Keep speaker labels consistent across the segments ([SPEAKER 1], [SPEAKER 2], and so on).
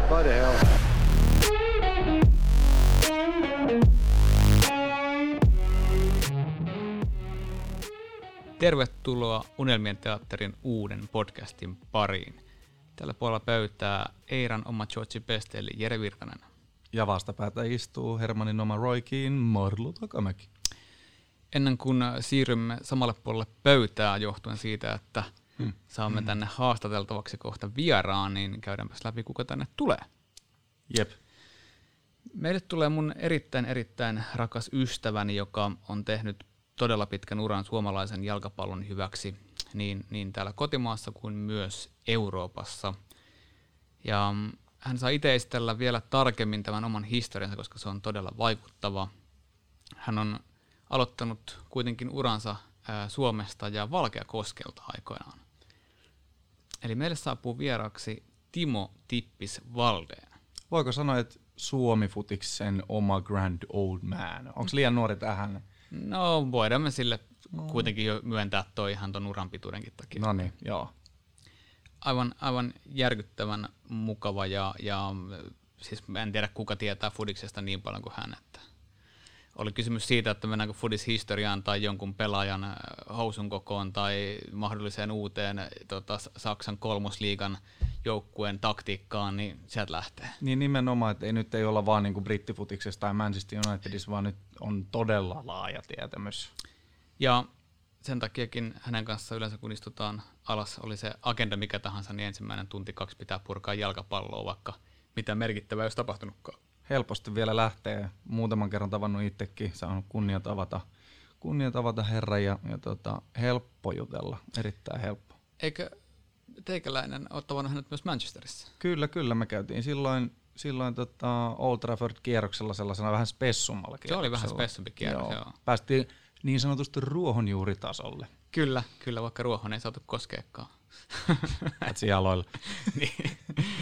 [SPEAKER 1] What the hell?
[SPEAKER 2] Tervetuloa Unelmien teatterin uuden podcastin pariin. Tällä puolella pöytää Eiran oma George Best eli Jere Virtanen.
[SPEAKER 3] Ja vastapäätä istuu Hermannin oma Roikin Marlu Takamäki.
[SPEAKER 2] Ennen kuin siirrymme samalle puolelle pöytää johtuen siitä, että saamme tänne haastateltavaksi kohta vieraan, niin käydäänpäs läpi, kuka tänne tulee.
[SPEAKER 3] Jep.
[SPEAKER 2] Meille tulee mun erittäin rakas ystäväni, joka on tehnyt todella pitkän uran suomalaisen jalkapallon hyväksi niin täällä kotimaassa kuin myös Euroopassa. Ja hän saa itse esitellä vielä tarkemmin tämän oman historiansa, koska se on todella vaikuttava. Hän on aloittanut kuitenkin uransa Suomesta ja Valkeakoskelta aikoinaan. Eli meille saapuu vieraaksi Timo Tippis Valdén.
[SPEAKER 3] Voiko sanoa, että Suomi-futiksen oma grand old man? Onko liian nuori tähän?
[SPEAKER 2] No, voidaan me sille kuitenkin jo myöntää toi ihan ton uran pituudenkin takia.
[SPEAKER 3] No niin, joo.
[SPEAKER 2] Aivan järkyttävän mukava ja siis en tiedä kuka tietää fudiksesta niin paljon kuin hän, että oli kysymys siitä, että mennäänkö fudis-historiaan tai jonkun pelaajan housun kokoon tai mahdolliseen uuteen Saksan kolmosliigan joukkueen taktiikkaan, niin sieltä lähtee.
[SPEAKER 3] Niin nimenomaan, että ei olla vaan niinku brittifutiksessa tai Manchester Unitedissa, vaan nyt on todella laaja tietämys.
[SPEAKER 2] Ja sen takiakin hänen kanssa yleensä kun istutaan alas, oli se agenda mikä tahansa, niin ensimmäinen tunti 2 pitää purkaa jalkapalloa, vaikka mitään merkittävää ei olisi tapahtunutkaan.
[SPEAKER 3] Helposti vielä lähtee. Muutaman kerran tavannut itsekin, saanut kunnia tavata herran ja helppo jutella, erittäin helppo.
[SPEAKER 2] Eikö teikäläinen ole tavannut hänet myös Manchesterissa?
[SPEAKER 3] Kyllä, me käytiin silloin Old Trafford-kierroksella sellaisena vähän spessummalla kierroksella.
[SPEAKER 2] Se oli vähän spessumpi kierros, joo.
[SPEAKER 3] Päästiin niin sanotusti ruohonjuuritasolle.
[SPEAKER 2] Kyllä, vaikka ruohon ei saatu koskeekaan.
[SPEAKER 3] Etsi jaloilla.
[SPEAKER 2] Niin.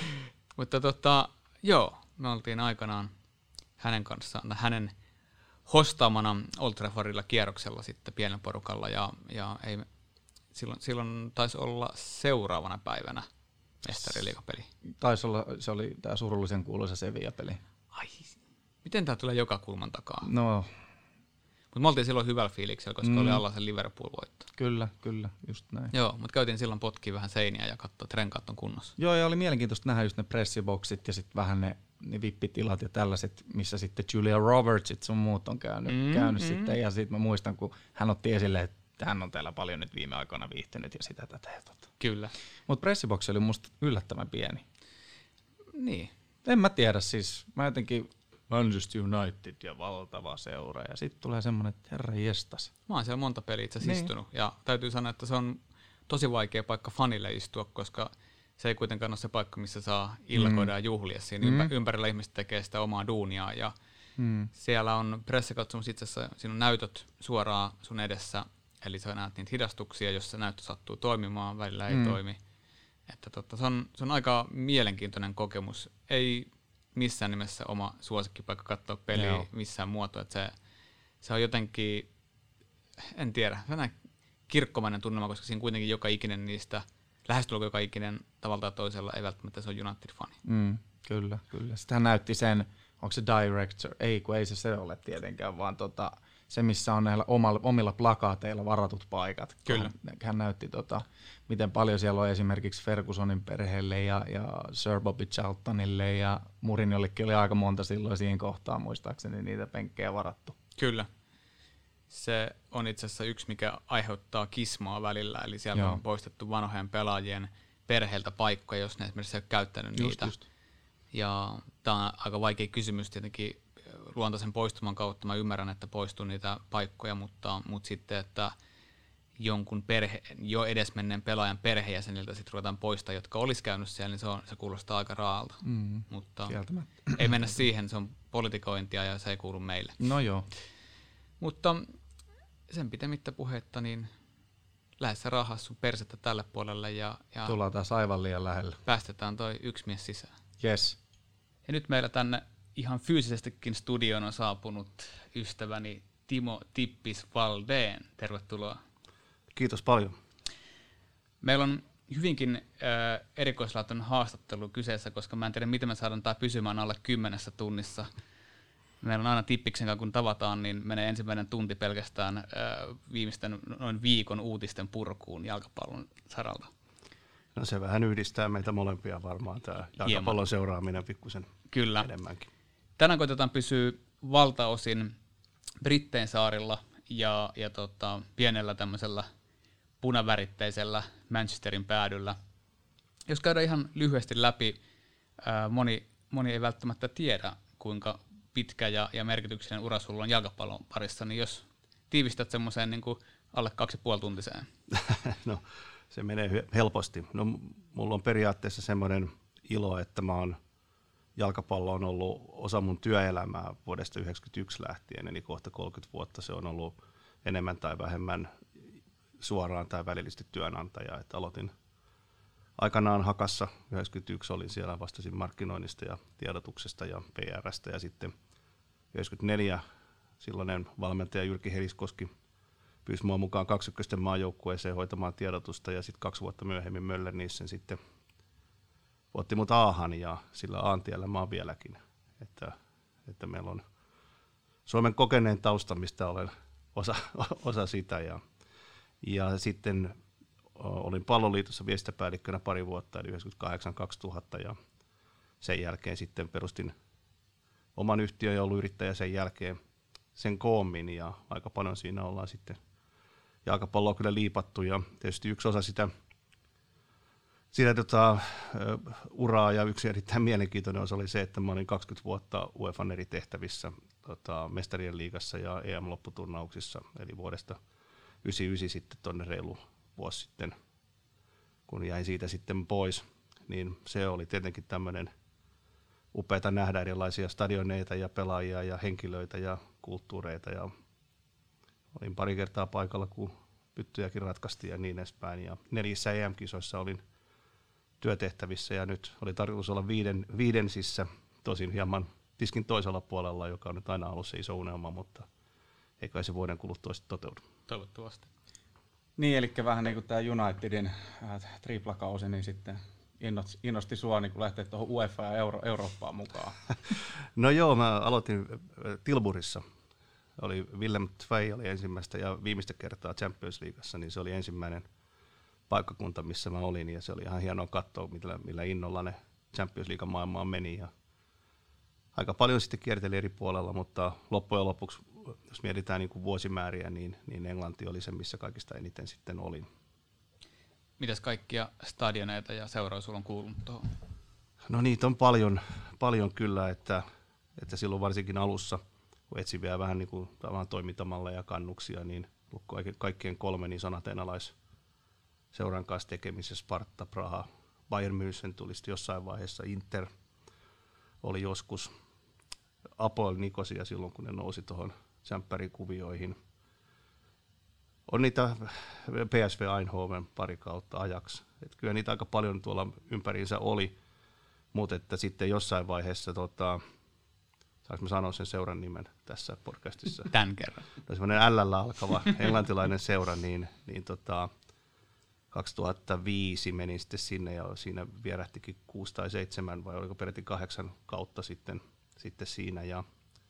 [SPEAKER 2] Mutta joo, me oltiin aikanaan hänen kanssaan, hänen hostaamana Old Traffordilla kierroksella sitten pienen porukalla ja ei, silloin taisi olla seuraavana päivänä mestariliigapeli.
[SPEAKER 3] Taisi olla, se oli tämä surullisen kuuluisa Sevilla-peli.
[SPEAKER 2] Ai, miten tää tulee joka kulman takaa?
[SPEAKER 3] No.
[SPEAKER 2] Mutta me oltiin silloin hyvällä fiiliksellä, koska oli alla se Liverpool-voitto.
[SPEAKER 3] Kyllä, just näin.
[SPEAKER 2] Joo, mutta käytiin silloin potkiin vähän seiniä ja katsoa, että renkaat on kunnossa.
[SPEAKER 3] Joo, ja oli mielenkiintoista nähdä just ne pressiboksit ja sitten vähän ne vippitilat ja tällaiset, missä sitten Julia Robertsit sun muut on käynyt sitten. Ja sitten mä muistan, kun hän otti esille, että hän on täällä paljon nyt viime aikoina viihtynyt ja sitä tätä ja tota.
[SPEAKER 2] Kyllä.
[SPEAKER 3] Mutta pressiboksi oli musta yllättävän pieni.
[SPEAKER 2] Niin.
[SPEAKER 3] En mä tiedä, siis mä jotenkin Manchester United ja valtava seura ja sitten tulee semmoinen, että herra jestas.
[SPEAKER 2] Mä oon siellä monta peliä itse asiassa istunut ja täytyy sanoa, että se on tosi vaikea paikka fanille istua, koska se ei kuitenkaan ole se paikka, missä saa illakoida ja juhlia. Siinä ympärillä ihmiset tekee sitä omaa duuniaa ja siellä on pressikatsomus itse asiassa, siinä on näytöt suoraan sun edessä, eli sä näet niitä hidastuksia, jos se näyttö sattuu toimimaan, välillä ei toimi. Että se on aika mielenkiintoinen kokemus. Ei missään nimessä oma suosikkipaikka katsoa peliä missään muotoa, että se on jotenkin, en tiedä, vähän kirkkomainen tunnelma, koska siinä kuitenkin joka ikinen niistä, lähestulkoon joka ikinen tavalla tai toisella ei välttämättä se on United-fani.
[SPEAKER 3] Kyllä. Sitten hän näytti sen, onko se director, ei se ole tietenkään, vaan se missä on näillä omilla plakaateilla varatut paikat.
[SPEAKER 2] Kyllä.
[SPEAKER 3] Hän näytti miten paljon siellä on esimerkiksi Fergusonin perheelle ja Sir Bobby Charltonille ja Mourinhollekin oli aika monta silloin siihen kohtaan muistaakseni niitä penkkejä varattu.
[SPEAKER 2] Kyllä. Se on itse asiassa yksi, mikä aiheuttaa kismaa välillä, eli siellä on poistettu vanhojen pelaajien perheeltä paikkoja, jos ne esimerkiksi ei ole käyttänyt niitä. Just. Ja tämä on aika vaikea kysymys tietenkin luontaisen poistuman kautta. Mä ymmärrän, että poistuu niitä paikkoja, mutta sitten, että jonkun jo edesmenneen pelaajan perheenjäseniltä sitten ruvetaan poistaa, jotka olisi käynyt siellä, niin se kuulostaa aika raalta. Mutta ei mennä siihen, se on politikointia ja se ei kuulu meille.
[SPEAKER 3] No joo.
[SPEAKER 2] Mutta sen pitemmittä puhetta, niin lähde sä rahas sun persettä tälle puolelle ja
[SPEAKER 3] tullaan taas aivan liian lähellä.
[SPEAKER 2] Päästetään toi yksi mies sisään.
[SPEAKER 3] Yes.
[SPEAKER 2] Ja nyt meillä tänne ihan fyysisestikin studioon on saapunut ystäväni Timo Tippis Valdén. Tervetuloa.
[SPEAKER 1] Kiitos paljon.
[SPEAKER 2] Meillä on hyvinkin erikoislaatuinen haastattelu kyseessä, koska mä en tiedä, miten me saadaan tämä pysymään alle 10 tunnissa. Meillä on aina Tippiksen kanssa, kun tavataan, niin menee ensimmäinen tunti pelkästään viimeisten noin viikon uutisten purkuun jalkapallon saralta.
[SPEAKER 1] No se vähän yhdistää meitä molempia varmaan, tämä jalkapallon seuraaminen pikkusen enemmänkin.
[SPEAKER 2] Tänään koitetaan pysyä valtaosin Brittein saarilla ja pienellä tämmöisellä punaväritteisellä Manchesterin päädyllä. Jos käydään ihan lyhyesti läpi, moni ei välttämättä tiedä, kuinka pitkä ja merkityksellinen ura sulla on jalkapallon parissa, niin jos tiivistät semmoiseen niin kuin alle 2,5 tuntiseen.
[SPEAKER 1] No se menee helposti. No mulla on periaatteessa semmoinen ilo, että jalkapallo on ollut osa mun työelämää vuodesta 1991 lähtien, eli kohta 30 vuotta se on ollut enemmän tai vähemmän suoraan tai välillisesti työnantaja. Että aloitin aikanaan Hakassa, 1991 olin siellä, vastasin markkinoinnista ja tiedotuksesta ja PR:stä, ja sitten 1994 silloinen valmentaja Jyrki Heliskoski pyysi mua mukaan 21 maajoukkueeseen hoitamaan tiedotusta, ja sitten 2 vuotta myöhemmin Möllernissen sitten otti mut A:han, ja sillä A:ntiellä mä oon vieläkin. Että meillä on Suomen kokeneen tausta, mistä olen osa sitä. Ja sitten olin Palloliitossa viestintäpäällikkönä pari vuotta, eli 1998-2000, ja sen jälkeen sitten perustin oman yhtiön ja ollut yrittäjä sen jälkeen sen koommin, ja aika paljon siinä ollaan sitten jalkapalloa kyllä liipattu, ja tietysti yksi osa sitä uraa ja yksi erittäin mielenkiintoinen osa oli se, että mä olin 20 vuotta UEFan eri tehtävissä Mestarien liigassa ja EM-lopputurnauksissa, eli vuodesta 1999 sitten tuonne reilu vuosi sitten, kun jäin siitä sitten pois, niin se oli tietenkin tämmöinen upeata nähdä erilaisia stadioneita ja pelaajia ja henkilöitä ja kulttuureita, ja olin pari kertaa paikalla, kun pyttyjäkin ratkaistiin ja niin edespäin, ja 4 EM-kisoissa olin työtehtävissä, ja nyt oli tarkoitus olla viidensissä, tosin hieman tiskin toisella puolella, joka on nyt aina ollut se iso unelma, mutta ei kai se vuoden kuluttua sitten toteudu.
[SPEAKER 2] Toivottavasti.
[SPEAKER 3] Niin, eli vähän niin kuin tämä Unitedin triplakausi, niin sitten innosti sua niin kun lähteä tuohon UEFA ja Eurooppaan mukaan.
[SPEAKER 1] No joo, mä aloitin Tilburissa. Oli Willem II oli ensimmäistä ja viimeistä kertaa Champions Leagueassa, niin se oli ensimmäinen paikkakunta, missä mä olin, ja se oli ihan hienoa katsoa, millä innolla ne Champions League maailmaan meni, ja aika paljon sitten kierteli eri puolella, mutta loppujen lopuksi, jos mietitään niin kuin vuosimääriä, niin Englanti oli se, missä kaikista eniten sitten olin.
[SPEAKER 2] Mitäs kaikkia stadioneita ja seuroja sulla on kuulunut tuohon?
[SPEAKER 1] No niitä on paljon kyllä, että silloin varsinkin alussa, kun etsin vielä vähän niin kuin toimintamalleja ja kannuksia, niin kaikkien 3 niin ateenalais-seuran kanssa tekemisessä, Sparta, Praha, Bayern München tuli sitten jossain vaiheessa, Inter oli joskus, Apoel Nikosia silloin, kun ne nousi tuohon tsemppärikuvioihin. On niitä PSV Eindhoven pari kautta, Ajax. Et kyllä niitä aika paljon tuolla ympäriinsä oli, mutta että sitten jossain vaiheessa, saanko mä sanoa sen seuran nimen tässä podcastissa?
[SPEAKER 2] Tän kerran.
[SPEAKER 1] No semmoinen L:llä alkava englantilainen seura, niin 2005 menin sitten sinne, ja siinä vierähtikin 6 tai 7 vai oliko peräti 8 kautta sitten siinä, ja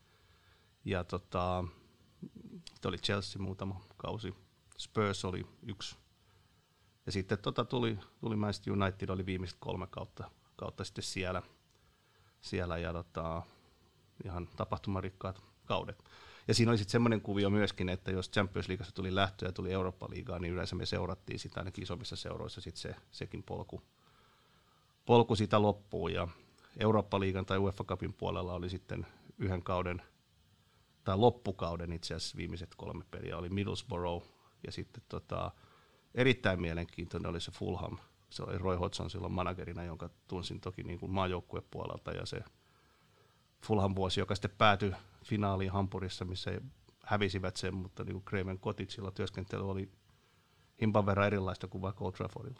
[SPEAKER 1] oli Chelsea muutama kausi, Spurs oli 1, ja sitten tuli Manchester United, oli viimeiset 3 kautta sitten siellä ja ihan tapahtumarikkaat kaudet. Ja siinä oli sitten semmoinen kuvio myöskin, että jos Champions Leagueassa tuli lähtö ja tuli Eurooppa-liigaan, niin yleensä me seurattiin sitä ainakin isommissa seuroissa sitten sekin polku sitä loppuun. Ja Eurooppa-liigan tai UEFA Cupin puolella oli sitten yhden kauden, tai loppukauden itse asiassa viimeiset 3 peliä, oli Middlesbrough, ja sitten erittäin mielenkiintoinen oli se Fulham. Se oli Roy Hodgson silloin managerina, jonka tunsin toki niin kuin maajoukkuepuolelta, ja se Fulham vuosi, joka sitten päätyi finaaliin Hampurissa, missä hävisivät sen, mutta niin kuin Craven Cottagella työskentely oli himpan verran erilaista kuin vaikka Old Traffordilla.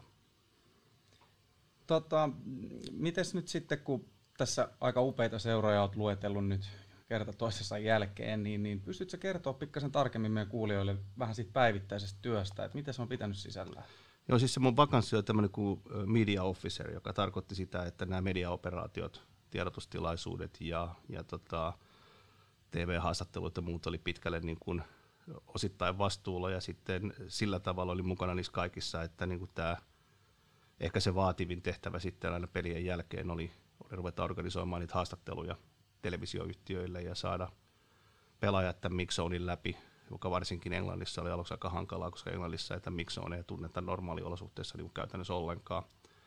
[SPEAKER 3] Mites nyt sitten, kun tässä aika upeita seuroja olet luetellut nyt kerta toisessa jälkeen, niin pystytkö kertoa pikkasen tarkemmin meidän kuulijoille vähän siitä päivittäisestä työstä, että miten se on pitänyt sisällään?
[SPEAKER 1] Joo, siis se mun vakanssi oli tämmöinen kuin media officer, joka tarkoitti sitä, että nämä mediaoperaatiot, tiedotustilaisuudet ja TV-haastattelut ja muut oli pitkälle niin kuin osittain vastuulla, ja sitten sillä tavalla oli mukana niissä kaikissa, että niin kuin tämä, ehkä se vaativin tehtävä sitten aina pelien jälkeen oli ruveta organisoimaan niitä haastatteluja televisioyhtiöille ja saada pelaajat tämän mix-zonein läpi, joka varsinkin Englannissa oli aluksi aika hankalaa, koska Englannissa ei tämän mix-zonea tunneta normaaliolosuhteissa niin käytännössä ollenkaan.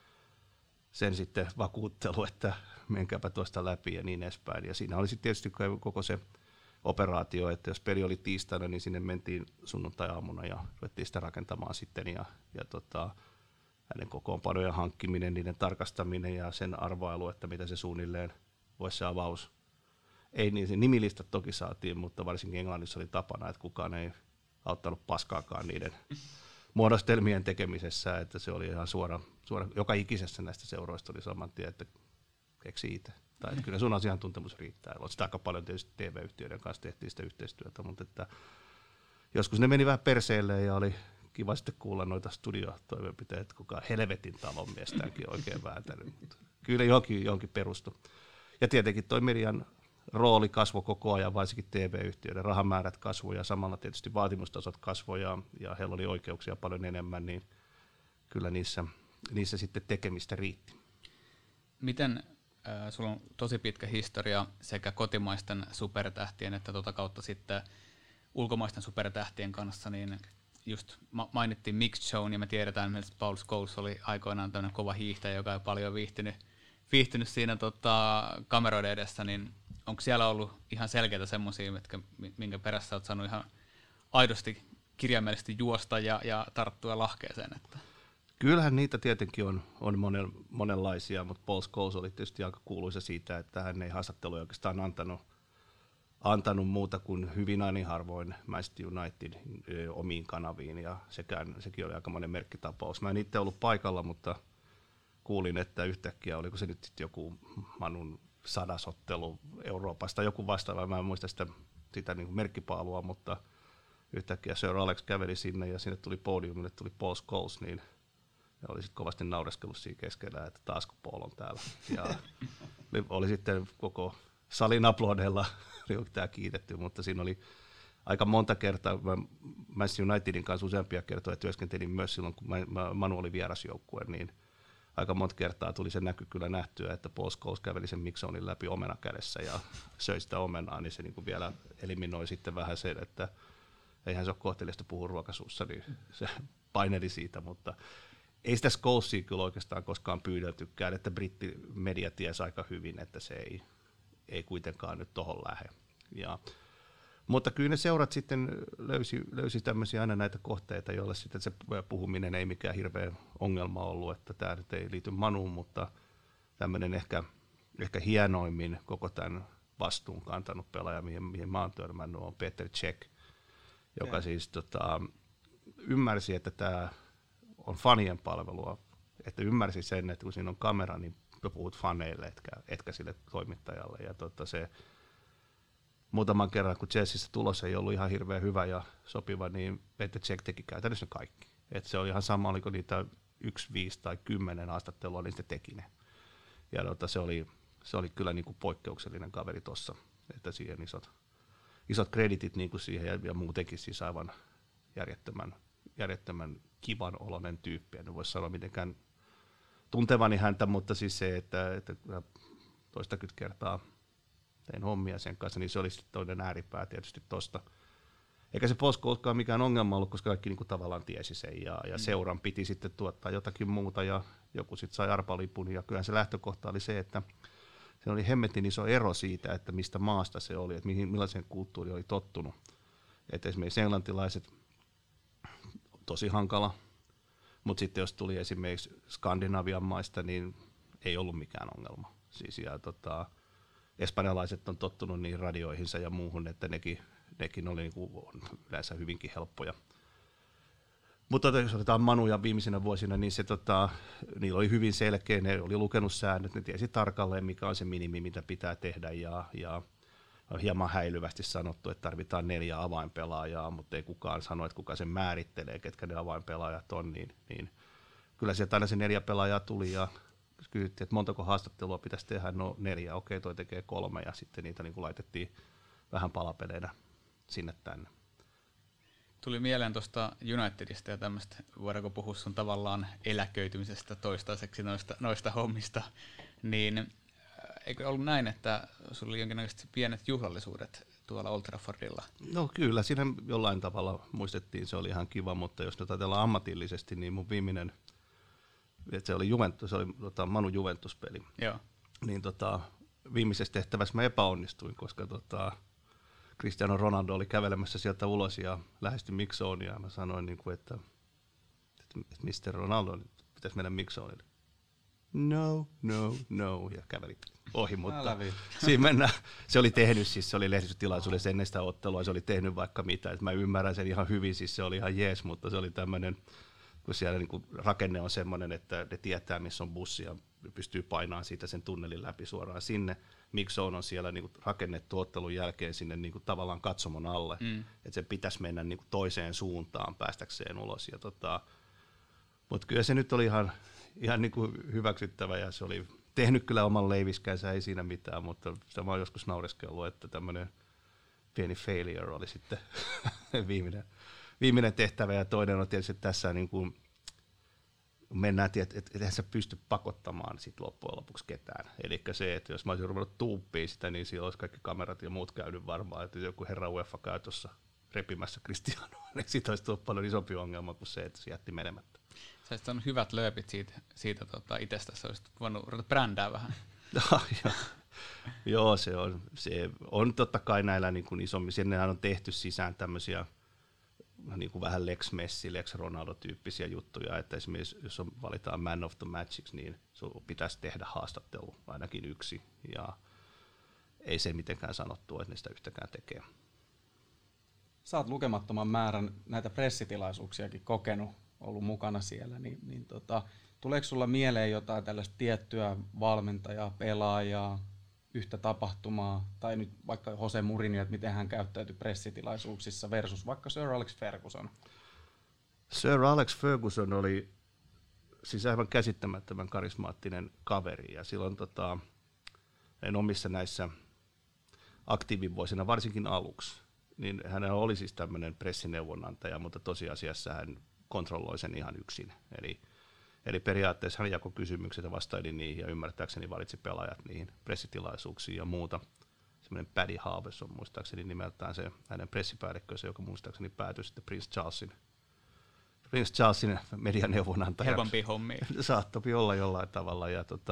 [SPEAKER 1] Sen sitten vakuuttelu, että menkääpä tuosta läpi ja niin edespäin. Ja siinä oli sitten tietysti koko se operaatio, että jos peli oli tiistaina, niin sinne mentiin sunnuntai-aamuna ja ruvettiin sitä rakentamaan sitten. Ja näiden kokoonpanojen hankkiminen, niiden tarkastaminen ja sen arvailu, että mitä se suunnilleen voisi se avaus. Ei niin, se nimilistat toki saatiin, mutta varsinkin Englannissa oli tapana, että kukaan ei auttanut paskaakaan niiden muodostelmien tekemisessä, että se oli ihan suora joka ikisessä näistä seuroista oli saman tien, että keksi itse. Tai että kyllä sun asiantuntemus riittää. Sitä aika paljon tietysti TV-yhtiöiden kanssa tehtiin sitä yhteistyötä, mutta että joskus ne meni vähän perseelle ja oli kiva sitten kuulla noita studiotoimenpiteitä, että kuka helvetin talon miestäänkin oikein vääntänyt. Mutta kyllä johonkin perustui. Ja tietenkin toi median rooli kasvoi koko ajan, varsinkin TV-yhtiöiden rahamäärät kasvoi ja samalla tietysti vaatimustasot kasvoi ja heillä oli oikeuksia paljon enemmän, niin kyllä niissä sitten tekemistä riitti.
[SPEAKER 2] Miten sulla on tosi pitkä historia sekä kotimaisten supertähtien että kautta sitten ulkomaisten supertähtien kanssa, niin just mainittiin mixed show, ja me tiedetään, että Paul Scholes oli aikoinaan tämmöinen kova hiihtäjä, joka ei paljon viihtynyt siinä kameroiden edessä, niin onko siellä ollut ihan selkeitä semmoisia, minkä perässä olet saanut ihan aidosti kirjaimellisesti juosta ja tarttua lahkeeseen? Että?
[SPEAKER 1] Kyllähän niitä tietenkin on monenlaisia, mutta Paul Scholes oli tietysti aika kuuluisa siitä, että hän ei haastatteluja oikeastaan antanut muuta kuin hyvin aina harvoin Manchester United omiin kanaviin, ja sekin oli aika monen merkkitapaus. Mä en itse ollut paikalla, mutta kuulin, että yhtäkkiä, oliko se nyt sitten joku Manun 100. ottelu Euroopasta, joku vastaava, mä en muista sitä niin kuin merkkipaalua, mutta yhtäkkiä Sir Alex käveli sinne ja sinne tuli podiumille, tuli Paul Scholes, niin oli sitten kovasti naureskellut siinä keskellä, että taasko Paul on täällä. Ja oli sitten koko salin aplodeilla tämä kiitetty, mutta siinä oli aika monta kertaa, Manchester Unitedin kanssa useampia kertoja työskentelin myös silloin, kun Manu oli vierasjoukkue, niin aika monta kertaa tuli se näky kyllä nähtyä, että Paul Scholes käveli sen mix-zonein läpi omena kädessä ja söi sitä omenaa, niin se niin kuin vielä eliminoi sitten vähän sen, että eihän se ole kohteliasta puhua ruokasuussa, niin se paineli siitä, mutta ei sitä Scholesia kyllä oikeastaan koskaan pyydeltykään, että brittimedia tiesi aika hyvin, että se ei kuitenkaan nyt tohon lähde. Mutta kyllä ne seurat sitten löysi tämmöisiä aina näitä kohteita, joille sitten se puhuminen ei mikään hirveä ongelma ollut, että tämä nyt ei liity Manuun, mutta tämmöinen ehkä hienoimmin koko tämän vastuun kantanut pelaaja, mihin mä oon törmännyt, on Peter Cech, joka siis ymmärsi, että tämä on fanien palvelua, että ymmärsi sen, että kun siinä on kamera, niin puhut faneille, etkä sille toimittajalle. Ja se muutaman kerran, kun Chelseassa tulos ei ollut ihan hirveän hyvä ja sopiva, niin Peter Cech teki käytännössä kaikki. Et se oli ihan sama, oliko niitä 1, 5 tai 10 haastattelua, niin se teki ne. Ja se oli kyllä niin kuin poikkeuksellinen kaveri tuossa, että siihen isot kreditit niin kuin siihen ja muutenkin siis aivan järjettömän kivan oloinen tyyppi. En voi sanoa mitenkään tuntevani häntä, mutta siis se, että toistakymmentä kertaa tein hommia sen kanssa, niin se oli sitten toinen ääripää tietysti tosta. Eikä se Paul Scholes koskaan mikään ongelma ollut, koska kaikki niinku tavallaan tiesi sen ja seuran piti sitten tuottaa jotakin muuta ja joku sitten sai arpalipun ja kyllähän se lähtökohta oli se, että se oli hemmetin iso ero siitä, että mistä maasta se oli, että millaiseen kulttuuriin oli tottunut. Että esimerkiksi englantilaiset tosi hankala, mutta sitten jos tuli esimerkiksi Skandinavian maista, niin ei ollut mikään ongelma. Siis espanjalaiset on tottunut niihin radioihinsa ja muuhun, että nekin oli niinku yleensä hyvinkin helppoja. Mutta jos otetaan Manuja viimeisinä vuosina, niin se, niillä oli hyvin selkeä, ne oli lukenut säännöt, ne tiesi tarkalleen, mikä on se minimi, mitä pitää tehdä, ja on hieman häilyvästi sanottu, että tarvitaan 4 avainpelaajaa, mutta ei kukaan sano, että kuka sen määrittelee, ketkä ne avainpelaajat on, niin kyllä sieltä aina se 4 pelaajaa tuli ja kysyttiin, että montako haastattelua pitäisi tehdä. No 4, okei, toi tekee 3 ja sitten niitä niin kuin laitettiin vähän palapeleinä sinne tänne.
[SPEAKER 2] Tuli mieleen tuosta Unitedista ja tämmöistä, voidaanko puhua sun tavallaan eläköitymisestä toistaiseksi noista hommista, niin eikö ollut näin, että sulla oli jonkinlaisesti pienet juhlallisuudet tuolla Old Traffordilla?
[SPEAKER 1] No kyllä, siinä jollain tavalla muistettiin, se oli ihan kiva, mutta jos nyt ajatellaan ammatillisesti, niin mun viimeinen, että se oli Manu Juventus-peli,
[SPEAKER 2] Joo.
[SPEAKER 1] niin viimeisessä tehtävässä mä epäonnistuin, koska Cristiano Ronaldo oli kävelemässä sieltä ulos ja lähestyi Mixonia ja mä sanoin, niin kuin, että Mr. Ronaldo pitäisi mennä Mixonille. No, ja käveli ohi, mutta siinä mennään. Se oli tehnyt, siis se oli lehdistötilaisuudessa ennen sitä ottelua, se oli tehnyt vaikka mitä, että mä ymmärrän sen ihan hyvin, siis se oli ihan jees, mutta se oli tämmöinen, kun siellä niin kuin rakenne on semmoinen, että ne tietää, missä on bussi ja pystyy painamaan siitä sen tunnelin läpi suoraan sinne. Mixon on siellä niin kuin rakennettu ottelun jälkeen sinne niin kuin tavallaan katsomon alle, että se pitäisi mennä niin kuin toiseen suuntaan päästäkseen ulos. Mutta kyllä se nyt oli ihan niin kuin hyväksyttävä ja se oli tehnyt kyllä oman leiviskänsä, ei siinä mitään, mutta sitä mä oon joskus naureskellut, että tämmöinen pieni failure oli sitten viimeinen tehtävä ja toinen on tietysti tässä niin kuin mennään, että eihän sä pysty pakottamaan sit loppujen lopuksi ketään. Eli se, että jos mä olisin ruvennut tuuppiin sitä, niin siellä olisi kaikki kamerat ja muut käynyt varmaan, että joku herra UEFA käy tuossa repimässä Cristianoa, niin siitä olisi tullut paljon isompi ongelma kuin se, että se jätti menemättä.
[SPEAKER 2] Sä olisit saanut hyvät lööpit siitä itsestäsi, olisit voinut ruveta brändää vähän.
[SPEAKER 1] Joo, se on totta kai näillä niin kuin isommin, sinnehän on tehty sisään tämmöisiä niin kuin vähän Lex Messi, Lex Ronaldo-tyyppisiä juttuja, että esimerkiksi jos valitaan Man of the Matchiksi, niin sun pitäisi tehdä haastattelu ainakin yksi, ja ei se mitenkään sanottu, että ne sitä yhtäkään tekee.
[SPEAKER 3] Sä oot lukemattoman määrän näitä pressitilaisuuksiakin kokenut, ollut mukana siellä, niin tuleeko sulla mieleen jotain tällaista tiettyä valmentajaa, pelaajaa, yhtä tapahtumaa, tai nyt vaikka Jose Mourinho, että miten hän käyttäytyi pressitilaisuuksissa versus vaikka Sir Alex Ferguson?
[SPEAKER 1] Sir Alex Ferguson oli siis aivan käsittämättömän karismaattinen kaveri, ja silloin en omissa näissä aktiivivuosina, varsinkin aluksi, niin hänellä oli siis tämmöinen pressineuvonantaja, mutta tosiasiassa hän kontrolloi sen ihan yksin. Eli periaatteessa hän jakoi kysymykset ja vastaili niihin ja ymmärtääkseni valitsi pelaajat niihin pressitilaisuuksiin ja muuta. Semmoinen Paddy Harvey on muistaakseni nimeltään se hänen pressipäällikkönsä, joka muistaakseni päätyi sitten Prince Charlesin medianeuvonantajaksi.
[SPEAKER 2] Helpompi hommia.
[SPEAKER 1] Saattoi olla jollain tavalla.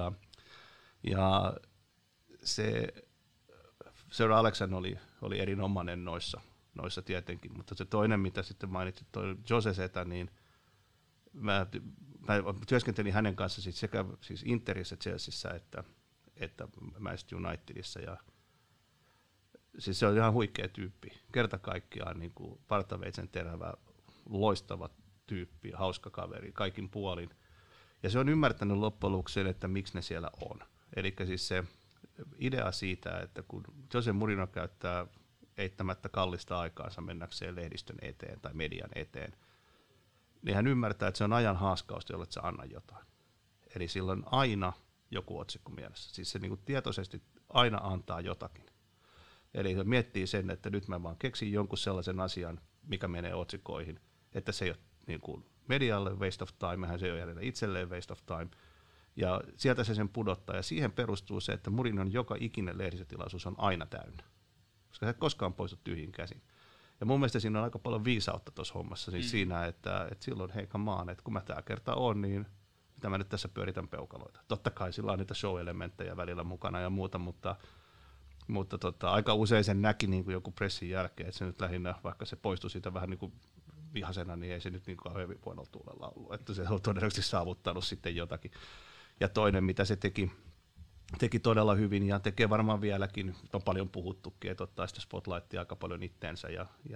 [SPEAKER 1] Ja se Sir Alexan oli erinomainen noissa tietenkin, mutta se toinen, mitä sitten mainitsit, toi Jose Zeta, niin mä työskentelin hänen kanssa sekä Interissä, Chelseassa että Manchester Unitedissa, ja siis se on ihan huikea tyyppi, kerta kaikkiaan niin kuin partaveitsen terävä, loistava tyyppi, hauska kaveri, kaikin puolin, ja se on ymmärtänyt loppujen lopuksi, että miksi ne siellä on. Eli siis se idea siitä, että kun Jose Mourinho käyttää eittämättä kallista aikaansa mennäkseen lehdistön eteen tai median eteen, niin hän ymmärtää, että se on ajan haaskausta, jolle sä anna jotain. Eli sillä on aina joku otsikko mielessä. Siis se niin kuin tietoisesti aina antaa jotakin. Eli se miettii sen, että nyt mä vaan keksin jonkun sellaisen asian, mikä menee otsikoihin, että se ei ole niin kuin medialle waste of time, hän se ei ole jälleen itselleen waste of time. Ja sieltä se sen pudottaa, ja siihen perustuu se, että Mourinhon joka ikinen lehdistötilaisuus on aina täynnä, koska se ei koskaan poistu tyhjin käsin. Ja mun mielestä siinä on aika paljon viisautta tuossa hommassa, siis siinä, että silloin hei come, että kun mä tää kerta on, niin mitä mä nyt tässä pyöritän peukaloita. Totta kai sillä on niitä show-elementtejä välillä mukana ja muuta, mutta aika usein sen näki niin kuin joku pressin jälkeen, että se nyt lähinnä, vaikka se poistui siitä vähän niin kuin vihasena, niin ei se nyt niin kauhean huonolla tuulella ollut, että se on todennäköisesti saavuttanut sitten jotakin. Ja toinen, mitä se teki todella hyvin ja tekee varmaan vieläkin, on paljon puhuttukin, että ottaa sitä spotlightia aika paljon itteensä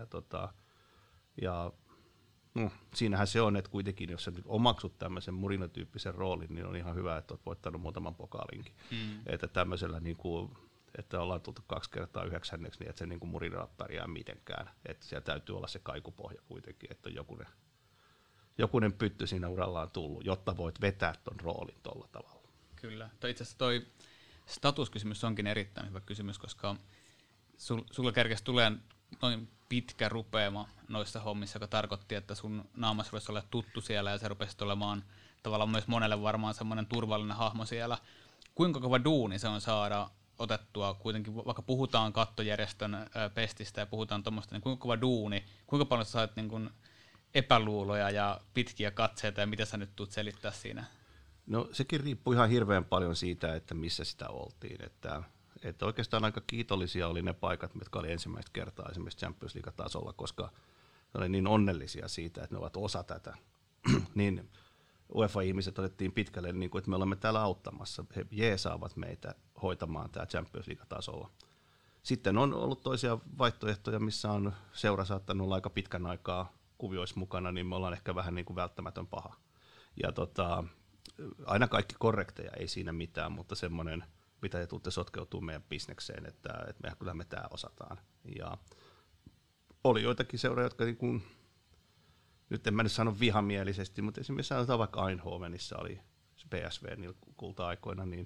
[SPEAKER 1] siinähän se on, että kuitenkin jos sä nyt omaksut tämmöisen Mourinho-tyyppisen roolin, niin on ihan hyvä, että oot voittanut muutaman pokaalinkin. Että tämmöisellä niin kuin, että ollaan tultu 2 kertaa 9, niin että se niin kuin Mourinho pärjää mitenkään. Että siellä täytyy olla se kaikupohja kuitenkin, että on jokunen pytty siinä uralla on tullut, jotta voit vetää ton roolin tolla tavalla.
[SPEAKER 2] Kyllä. Itse asiassa toi statuskysymys onkin erittäin hyvä kysymys, koska sulla kerkesi tulee noin pitkä rupeama noissa hommissa, joka tarkoitti, että sun naamas rupesi olla tuttu siellä ja se rupesi olemaan tavallaan myös monelle varmaan semmoinen turvallinen hahmo siellä. Kuinka kova duuni se on saada otettua kuitenkin, vaikka puhutaan kattojärjestön pestistä ja puhutaan tuommoista, niin kuinka kova duuni, kuinka paljon sä saat niin kuin epäluuloja ja pitkiä katseita ja mitä sä nyt tulet selittää siinä?
[SPEAKER 1] No sekin riippuu ihan hirveän paljon siitä, että missä sitä oltiin. Että oikeastaan aika kiitollisia oli ne paikat, mitkä oli ensimmäistä kertaa esimerkiksi Champions League-tasolla, koska ne oli niin onnellisia siitä, että ne ovat osa tätä. Niin UEFA-ihmiset otettiin pitkälle, niin kuin, että me olemme täällä auttamassa. He jeesaavat meitä hoitamaan tämä Champions League-tasolla. Sitten on ollut toisia vaihtoehtoja, missä on seura saattanut olla aika pitkän aikaa kuvioissa mukana, niin me ollaan ehkä vähän niin kuin välttämätön paha. Ja aina kaikki korrekteja, ei siinä mitään, mutta semmoinen, mitä te tuutte sotkeutuu meidän bisnekseen, että kyllä me tämä osataan. Ja oli joitakin seuroja, jotka niin kuin, nyt en mä nyt sano vihamielisesti, mutta esimerkiksi sanotaan vaikka Eindhovenissa oli se PSV niillä kulta-aikoina, niin,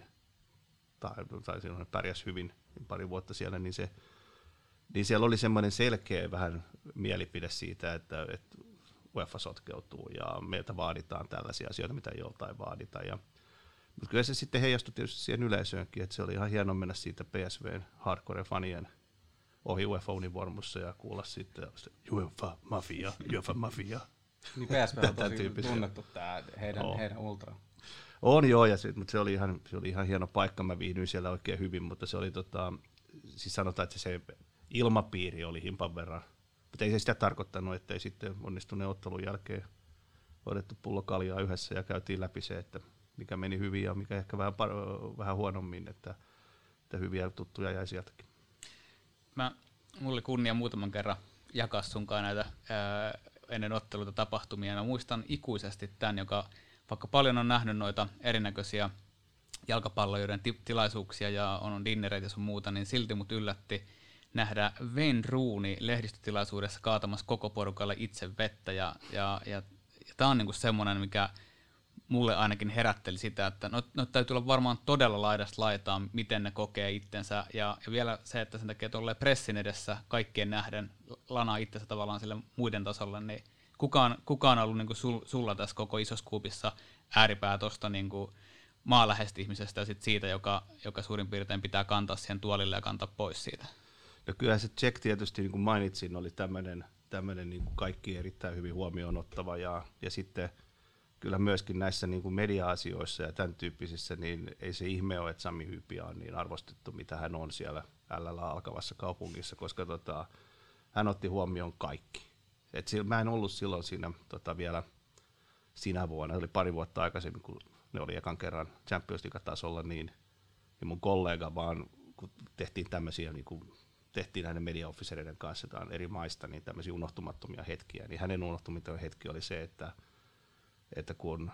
[SPEAKER 1] tai silloin pärjäs hyvin pari vuotta siellä, niin siellä oli semmoinen selkeä vähän mielipide siitä, että UEFA sotkeutuu ja meiltä vaaditaan tällaisia asioita, mitä joltain vaadita. Mutta kyllä se sitten heijastui tietysti siihen yleisöönkin, että se oli ihan hieno mennä siitä PSVn hardcore-fanien ohi UEFA-univormussa ja kuulla sitten UEFA Mafia.
[SPEAKER 3] Niin PSV on tosi tunnettu tämä heidän ultra.
[SPEAKER 1] On joo, mutta se oli ihan hieno paikka, mä viihdyin siellä oikein hyvin, mutta se oli siis sanotaan, että se ilmapiiri oli himpan verran. Mutta ei se sitä tarkoittanut, että ei sitten onnistuneen ottelun jälkeen otettu pullo kaljaa yhdessä ja käytiin läpi se, että mikä meni hyvin ja mikä ehkä vähän huonommin, että hyviä tuttuja jäi sieltäkin.
[SPEAKER 2] Mulla oli kunnia muutaman kerran jakaa sunkaan näitä ennen otteluita tapahtumia. Mä muistan ikuisesti tämän, joka vaikka paljon on nähnyt noita erinäköisiä jalkapallojen tilaisuuksia ja on dinnereitä ja sun muuta, niin silti mut yllätti nähdä Wayne Rooney lehdistötilaisuudessa kaatamassa koko porukalle itse vettä. Ja tämä on niinku semmoinen, mikä mulle ainakin herätteli sitä, että no täytyy olla varmaan todella laidasta laitaan, miten ne kokee itsensä. Ja vielä se, että sen takia tolleen pressin edessä kaikkien nähden lanaa itsensä tavallaan sille muiden tasolle, niin kuka on ollut niinku sulla tässä koko isossa kuupissa ääripää tuosta niinku maaläheistä ihmisestä ja sit siitä, joka suurin piirtein pitää kantaa siihen tuolille ja kantaa pois siitä?
[SPEAKER 1] No kyllähän se Czech tietysti, niin kuin mainitsin, oli tämmöinen niin kuin kaikki erittäin hyvin huomioon ottava ja sitten kyllä myöskin näissä niin kuin media-asioissa ja tämän tyyppisissä, niin ei se ihme ole, että Sami Hyypiä on niin arvostettu, mitä hän on siellä alkavassa kaupungissa, koska hän otti huomioon kaikki. Mä en ollut silloin siinä vielä sinä vuonna, se oli pari vuotta aikaisemmin, kun ne oli ekan kerran Champions League-tasolla, niin mun kollega vaan, kun tehtiin tämmöisiä, niin kuin tehtiin näiden mediaofficereiden kanssa eri maista, niin tämmöisiä unohtumattomia hetkiä, niin hänen unohtumaton hetki oli se, että kun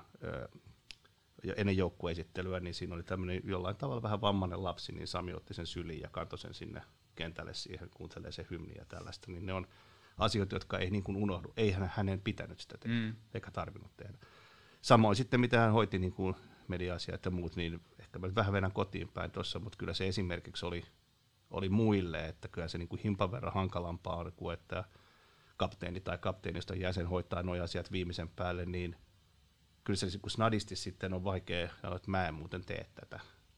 [SPEAKER 1] ennen joukkueesittelyä, niin siinä oli tämmöinen jollain tavalla vähän vammainen lapsi, niin Sami otti sen syliin ja kantoi sen sinne kentälle siihen, kuuntelee se hymni ja tällaista, niin ne on asioita, jotka ei niin kuin unohdu. Ei hänen pitänyt sitä tehdä, eikä tarvinnut tehdä. Samoin sitten, mitä hän hoiti niin kuin media-asiat ja muut, niin ehkä mä vähän vedän kotiin päin tuossa, mutta kyllä se esimerkiksi oli muille, että kyllä se niin kuin himpan verran hankalampaa on kuin, että kapteeni tai kapteeniston jäsen hoitaa nuo asiat viimeisen päälle, niin kyllä se kun snadisti sitten on vaikea sanoa, että mä en muuten tee tätä.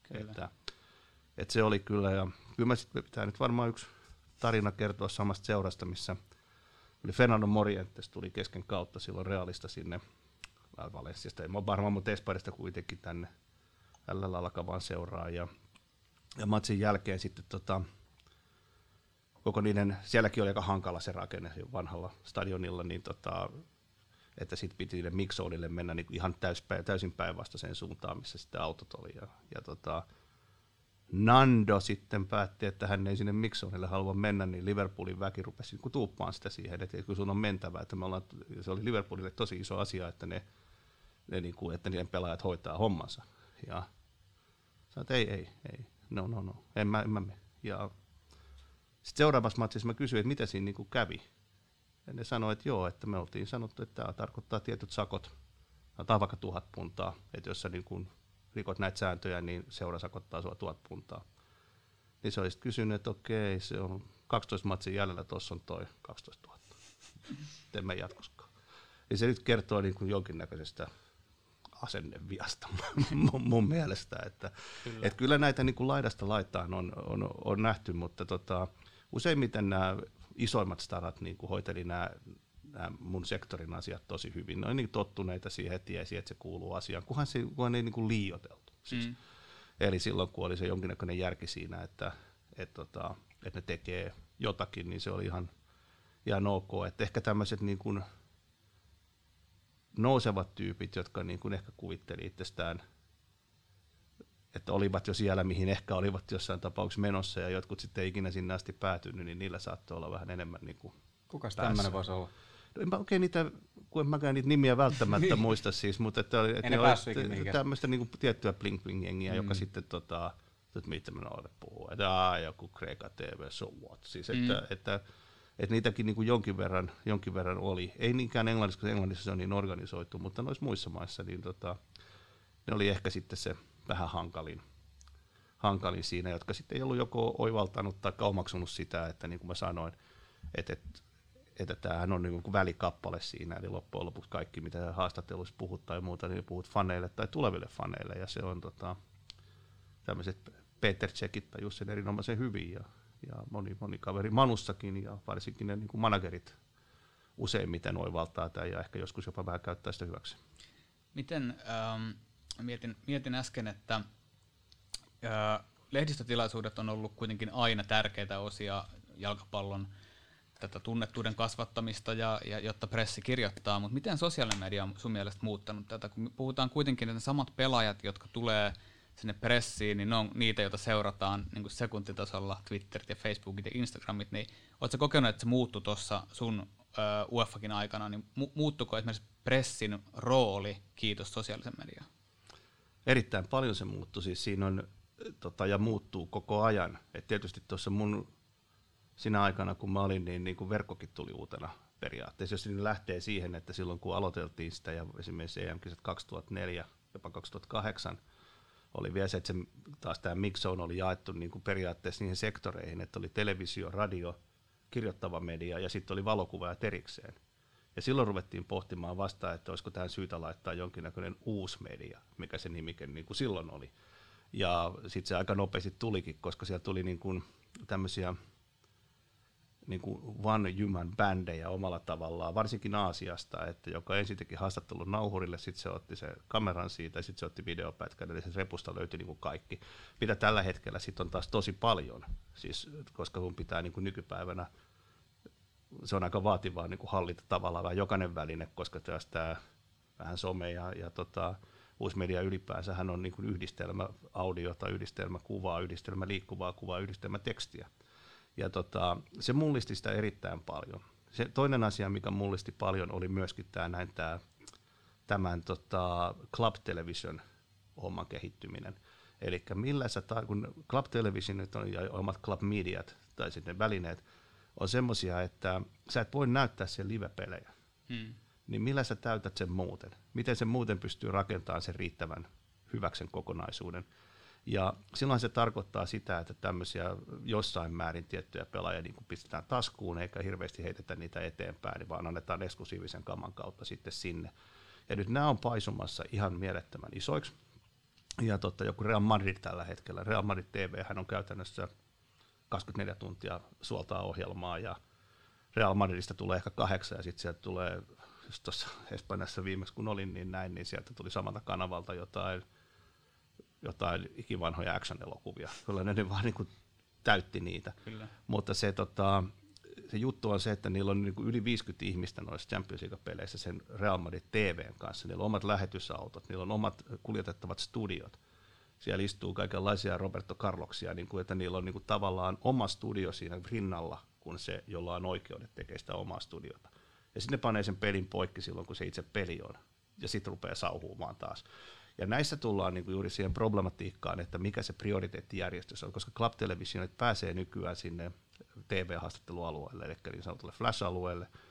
[SPEAKER 1] Että se oli kyllä, ja kyllä mä sitten pitää nyt varmaan yksi tarina kertoa samasta seurasta, missä oli Fernando Morientes tuli kesken kautta silloin Realista sinne Valenssiasta, ei varmaan mun Espanjasta kuitenkin tänne tällä alkavaan seuraan, ja matsin jälkeen sitten koko niiden, sielläkin oli aika hankala se rakenne vanhalla stadionilla, niin että sitten piti niiden mixoudille mennä niin ihan täysin päinvastaiseen suuntaan, missä sitten autot oli. Ja Nando sitten päätti, että hän ei sinne mixoudille halua mennä, niin Liverpoolin väki rupesi niin tuuppaan sitä siihen, että kun sun on mentävä, että se oli Liverpoolille tosi iso asia, että että niiden pelaajat hoitaa hommansa. Ja sanoin, että ei, no, en mä mene. Ja sitten seuraavassa matsissa mä kysyin, että mitä siinä niin kävi. Ja ne sanoi, että joo, että me oltiin sanottu, että tämä tarkoittaa tietyt sakot, tai vaikka 1000 puntaa, että jos sä niin kun rikot näitä sääntöjä, niin seura sakottaa sua 1000 puntaa. Niin se olisi kysynyt, että okei, se on 12 matsin jäljellä, tuossa on toi 12 000. Teemme jatkoskaan. Ja se nyt kertoo niin kuin jonkinnäköisestä asenneviasta mun mielestä, että kyllä näitä niin kuin laidasta laitaan on nähty, mutta useimmiten nämä isoimmat starat niin kuin hoiteli nämä mun sektorin asiat tosi hyvin. Ne on niin tottuneita siihen, että tiesi, että se kuuluu asiaan, kunhan ei niin kuin liioiteltu. Siis. Eli silloin, kun oli se jonkinnäköinen järki siinä, että ne tekee jotakin, niin se oli ihan ok. Että ehkä tämmöiset niin kuin nousevat tyypit, jotka niin kuin ehkä kuvitteli itsestään, että olivat jo siellä, mihin ehkä olivat jossain tapauksessa menossa, ja jotkut sitten ei ikinä sinne asti päätynyt, niin niillä saattoi olla vähän enemmän niin kuin
[SPEAKER 3] kukas tämmöinen voisi olla?
[SPEAKER 1] No, en mä oikein niitä nimiä välttämättä muista siis, mutta että oli tämmöistä niin kuin tiettyä bling-bling-jengiä, joka sitten että mitä mä noille puhuu, että joku Kreika TV, so what, siis että niitäkin niin kuin jonkin verran oli. Ei niinkään Englannissa, koska Englannissa se on niin organisoitu, mutta noissa muissa maissa niin ne oli ehkä sitten se vähän hankalin siinä, jotka sitten ei ollut joko oivaltanut tai omaksunut sitä, että niin kuin mä sanoin, että tämähän on niin kuin välikappale siinä, eli loppujen lopuksi kaikki, mitä haastatteluissa puhut tai muuta, niin puhut faneille tai tuleville faneille, ja se on tämmöiset Peter Checkit tajus sen erinomaisen hyvin, ja moni kaveri Manussakin, ja varsinkin ne niin kuin managerit useimmiten oivaltaa tämän, ja ehkä joskus jopa vähän käyttää sitä hyväksi.
[SPEAKER 2] Miten, mietin äsken, että lehdistötilaisuudet on ollut kuitenkin aina tärkeitä osia jalkapallon tätä tunnettuuden kasvattamista, ja jotta pressi kirjoittaa, mutta miten sosiaalinen media on sun mielestä muuttanut tätä? Kun puhutaan kuitenkin, että ne samat pelaajat, jotka tulee sinne pressiin, niin ne on niitä, joita seurataan niin kuin sekuntitasolla, Twitterit ja Facebookit ja Instagramit, niin ootko kokenut, että se muuttui tuossa sun UEFAkin aikana, niin muuttuiko esimerkiksi pressin rooli kiitos sosiaalisen mediaan?
[SPEAKER 1] Erittäin paljon se muuttui, siis siinä on ja muuttuu koko ajan. Et tietysti tuossa siinä aikana, kun mä olin, niin kuin verkkokin tuli uutena periaatteessa. Jos niin lähtee siihen, että silloin kun aloiteltiin sitä, ja esimerkiksi EM-kisat 2004, jopa 2008, oli vielä se, että taas tämä mix-zone oli jaettu niin kuin periaatteessa niihin sektoreihin, että oli televisio, radio, kirjoittava media ja sitten oli valokuva erikseen. Ja silloin ruvettiin pohtimaan vasta, että olisiko tähän syytä laittaa jonkinnäköinen uusi media, mikä se nimike niin kuin silloin oli. Ja sitten se aika nopeasti tulikin, koska siellä tuli niin kuin tämmöisiä niin kuin one human bändejä omalla tavallaan, varsinkin Aasiasta, että joka ensin teki haastattelun nauhurille, sitten se otti se kameran siitä ja sitten se otti videopätkän, eli se repusta löytyi niin kuin kaikki. Mitä tällä hetkellä sitten on taas tosi paljon, siis, koska sun pitää niin kuin nykypäivänä, se on aika vaativaa niin kuin hallita tavallaan vähän jokainen väline, koska tämä vähän some ja uusi media ylipäänsä hän on niin kuin yhdistelmä audiota, yhdistelmä kuvaa, yhdistelmä liikkuvaa kuvaa, yhdistelmä tekstiä. Ja se mullisti sitä erittäin paljon. Se toinen asia, mikä mullisti paljon, oli myöskin tämän Club Television homman kehittyminen. Eli millä kun Club Television ja omat Club Mediat tai sitten välineet on semmoisia, että sä et voi näyttää sen live-pelejä. Niin millä sä täytät sen muuten? Miten se muuten pystyy rakentamaan sen riittävän hyväksen kokonaisuuden? Ja silloin se tarkoittaa sitä, että tämmöisiä jossain määrin tiettyjä pelaajia niin kuin pistetään taskuun, eikä hirveästi heitetä niitä eteenpäin, vaan annetaan eksklusiivisen kaman kautta sitten sinne. Ja nyt nämä on paisumassa ihan mielettömän isoiksi. Ja joku Real Madrid tällä hetkellä, Real Madrid TV, hän on käytännössä 24 tuntia suoltaa ohjelmaa, ja Real Madridista tulee ehkä 8, ja sitten sieltä tulee, just tuossa Espanjassa viimeksi kun olin, niin sieltä tuli samalta kanavalta jotain ikivanhoja action-elokuvia. Kyllä ne vaan niin kuin täytti niitä. Kyllä. Mutta se juttu on se, että niillä on niin kuin yli 50 ihmistä noissa Champions League-peleissä sen Real Madrid TVn kanssa. Niillä on omat lähetysautot, niillä on omat kuljetettavat studiot. Siellä istuu kaikenlaisia Roberto Carloksia, niin kuin, että niillä on niin kuin tavallaan oma studio siinä rinnalla, kun se, jolla on oikeudet, tekee sitä omaa studiota. Ja sitten ne panee sen pelin poikki silloin, kun se itse peli on. Ja sitten rupeaa sauhumaan taas. Ja näissä tullaan niinku juuri siihen problematiikkaan, että mikä se prioriteettijärjestys on, koska Club Televisionit pääsee nykyään sinne TV-haastattelualueelle, eli niin sanotulle Flash-alueelle,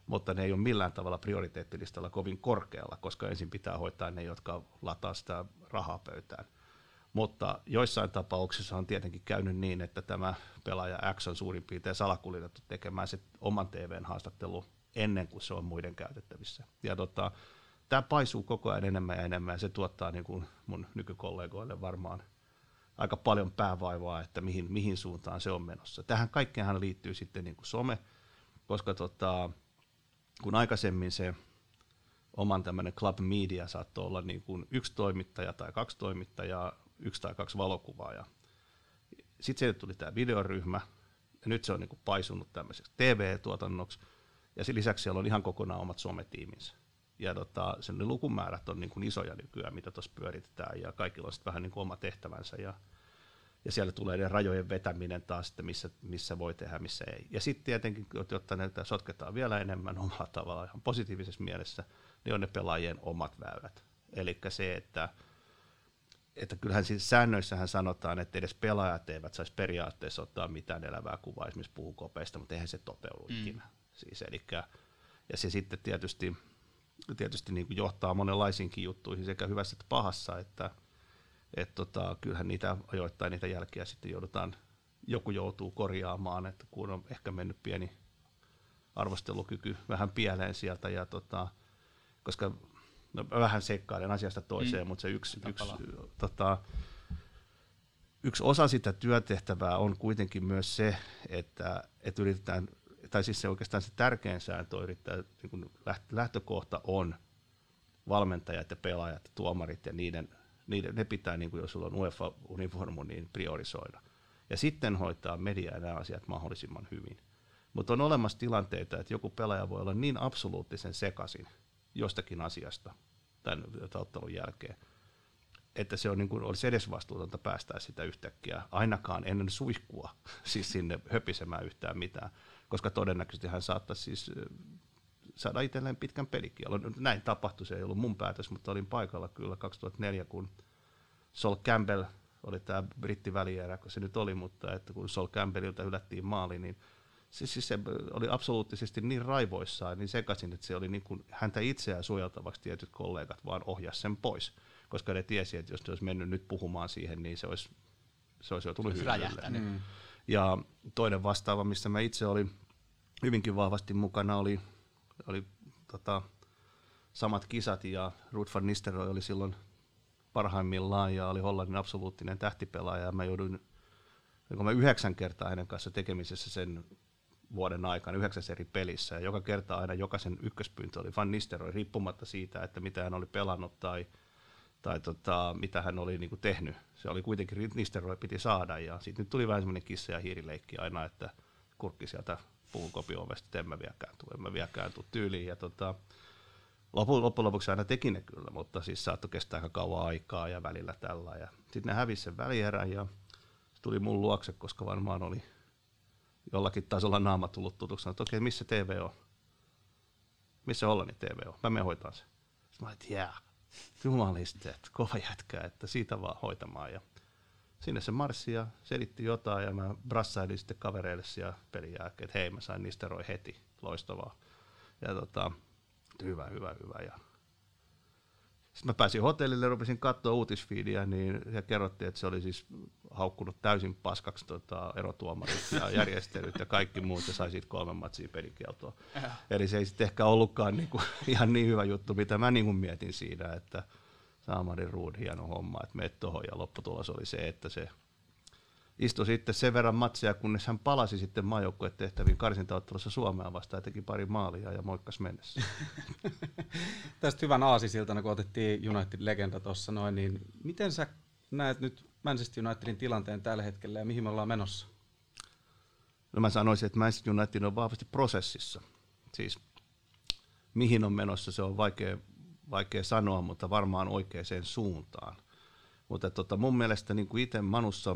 [SPEAKER 1] mutta ne ei ole millään tavalla prioriteettilistalla kovin korkealla, koska ensin pitää hoitaa ne, jotka lataa sitä rahaa pöytään. Mutta joissain tapauksissa on tietenkin käynyt niin, että tämä pelaaja X on suurin piirtein salakuljetettu tekemään se oman TV:n haastattelu ennen kuin se on muiden käytettävissä. Ja tämä paisuu koko ajan enemmän ja enemmän, ja se tuottaa niin kuin mun nykykollegoille varmaan aika paljon päävaivaa, että mihin suuntaan se on menossa. Tähän kaikkeenhan liittyy sitten niin kuin some, koska kun aikaisemmin se oman tämmöinen club media saattoi olla niin kuin 1 toimittaja tai 2 toimittajaa, 1 tai 2 valokuvaajaa. Sitten sieltä tuli tämä videoryhmä, ja nyt se on niin kuin paisunut tämmöiseksi TV-tuotannoksi, ja lisäksi siellä on ihan kokonaan omat sometiiminsä. Ja sen lukumäärät on niin kuin isoja nykyään, mitä tuossa pyöritetään, ja kaikilla on sitten vähän niin kuin oma tehtävänsä, ja siellä tulee ne rajojen vetäminen taas, että missä voi tehdä, missä ei. Ja sitten tietenkin, jotta näitä sotketaan vielä enemmän omalla tavalla, ihan positiivisessa mielessä, niin on ne pelaajien omat väylät. Eli se, että kyllähän siis säännöissähän sanotaan, että edes pelaajat eivät saisi periaatteessa ottaa mitään elävää kuvaa esimerkiksi puukopeista, mutta eihän se toteudu ikinä. Siis, ja se sitten tietysti niin kuin johtaa monenlaisiinkin juttuihin sekä hyvässä että pahassa, että kyllähän ajoittain niitä jälkiä sitten joku joutuu korjaamaan, että kun on ehkä mennyt pieni arvostelukyky vähän pieleen sieltä, ja koska vähän seikkailen asiasta toiseen, mutta se yksi osa sitä työtehtävää on kuitenkin myös se, että yritetään, tai siis se oikeastaan se tärkein sääntö on yrittää, niin kuin lähtökohta on valmentajat ja pelaajat ja tuomarit ja ne pitää, niin kuin jos sulla on UEFA-univormu, niin priorisoida. Ja sitten hoitaa media ja nämä asiat mahdollisimman hyvin. Mutta on olemassa tilanteita, että joku pelaaja voi olla niin absoluuttisen sekaisin jostakin asiasta tämän ottelun jälkeen, että se on niin kuin olisi edesvastuutonta päästää sitä yhtäkkiä, ainakaan ennen suihkua, siis sinne höpisemään yhtään mitään, koska todennäköisesti hän saattaisi siis saada itselleen pitkän pelikielon. Näin tapahtui, se ei ollut mun päätös, mutta olin paikalla kyllä 2004, kun Sol Campbell oli tämä brittivälierä, kun se nyt oli, mutta että kun Sol Campbellilta hylättiin maali, niin se oli absoluuttisesti niin raivoissaan, niin sekaisin, että se oli niin kuin häntä itseään suojeltavaksi tietyt kollegat vaan ohjasi sen pois, koska ne tiesi, että jos ne olisi mennyt nyt puhumaan siihen, niin se olisi joutunut hyllylle. Ja toinen vastaava, missä mä itse olin hyvinkin vahvasti mukana, oli samat kisat, ja Ruud van Nistelrooy oli silloin parhaimmillaan ja oli Hollannin absoluuttinen tähtipelaaja, ja mä jouduin 9 kertaa hänen kanssa tekemisessä sen vuoden aikana 9 eri pelissä, ja joka kerta aina jokaisen ykköspyyntö oli Van Nistelrooy, riippumatta siitä, että mitä hän oli pelannut tai mitä hän oli niin kuin tehnyt. Se oli kuitenkin, Nistelrooy piti saada, ja sitten nyt tuli vähän semmoinen kissa- ja hiirileikki aina, että kurkki sieltä puukopiovesta, että en mä vieläkään tuu tyyliin, ja loppujen lopuksi aina teki ne kyllä, mutta siis saattoi kestää aika kauan aikaa ja välillä tällä, ja sitten ne hävisi sen välierän, ja tuli mun luokse, koska varmaan oli jollakin tasolla naama tullut tutuksi, että okei, missä TV on? Missä Hollannin TV on? Mä menen hoitaan sen. Sitten mä olin, jumaliste, että kova jätkä, että siitä vaan hoitamaan. Ja sinne se marssi ja selitti jotain, ja mä brassailin sitten kavereille siellä pelin jälkeen, että hei, mä sain Nistelrooy heti, loistavaa. Ja hyvä. Ja sitten mä pääsin hotellille, rupesin katsoa uutisfiidiä, niin ja kerrottiin, että se oli siis haukkunut täysin paskaksi erotuomarit ja järjestelyt ja kaikki muut, ja sai siitä 3 matsia pelikieltoa. Eli se ei sitten ehkä ollutkaan niinku ihan niin hyvä juttu, mitä mä niinku mietin siinä, että Saamari Ruud, hieno homma, että meet tohon, ja lopputulos oli se, että se istui sitten sen verran matseja, kunnes hän palasi sitten maajoukkueen tehtäviin karsintaottelussa Suomea vastaan ja teki pari maalia ja moikkas mennessä.
[SPEAKER 4] Tästä hyvän aasisiltana, kun otettiin United-legenda tuossa noin, niin miten sä näet nyt Manchester Unitedin tilanteen tällä hetkellä ja mihin me ollaan menossa?
[SPEAKER 1] No mä sanoisin, että Manchester United on vahvasti prosessissa. Siis mihin on menossa, se on vaikea sanoa, mutta varmaan oikeaan suuntaan. Mutta mun mielestä niin kuin itse Manussa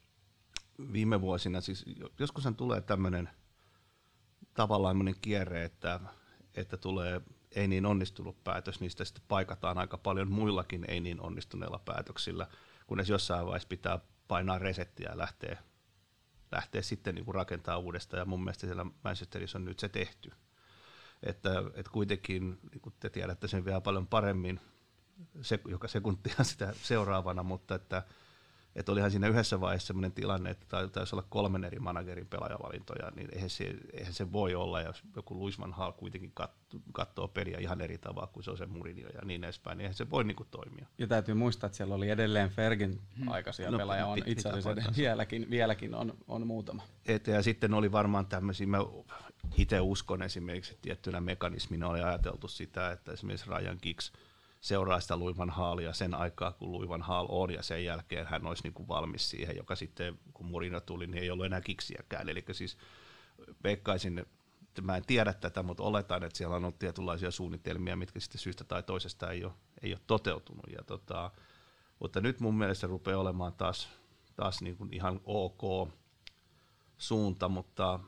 [SPEAKER 1] viime vuosina, siis joskushan tulee tämmöinen tavallaan kierre, että tulee ei niin onnistunut päätös, niistä sitten paikataan aika paljon muillakin ei niin onnistuneilla päätöksillä, kunnes jossain vaiheessa pitää painaa resettiä ja lähteä sitten niin kuin rakentaa uudestaan, ja mun mielestä siellä Manchesterissa on nyt se tehty. että kuitenkin, niin kuin te tiedätte sen vielä paljon paremmin, joka sekuntia sitä seuraavana, mutta että olihan siinä yhdessä vaiheessa sellainen tilanne, että taisi olla 3 eri managerin pelaajavalintoja, niin eihän se voi olla, jos joku Louis van Gaal kuitenkin katsoo peliä ihan eri tavalla kuin se on se Mourinho ja niin edespäin, niin eihän se voi niin kuin toimia.
[SPEAKER 4] Ja täytyy muistaa, että siellä oli edelleen Fergin aikaisia pelaajia, on itse asiassa vieläkin on muutama.
[SPEAKER 1] Ja sitten oli varmaan tämmöisiä, mä itse uskon esimerkiksi, että tiettynä mekanismina oli ajateltu sitä, että esimerkiksi Ryan Giggs seuraa sitä Louis van Gaalia sen aikaa, kun Louis van Gaal on, ja sen jälkeen hän olisi niin kuin valmis siihen, joka sitten, kun Mourinho tuli, niin ei ollut enää Giggsiäkään. Eli siis veikkaisin, että mä en tiedä tätä, mutta oletan, että siellä on ollut tietynlaisia suunnitelmia, mitkä sitten syystä tai toisesta ei ole toteutunut. Mutta nyt mun mielestä se rupeaa olemaan taas niin kuin ihan ok suunta, mutta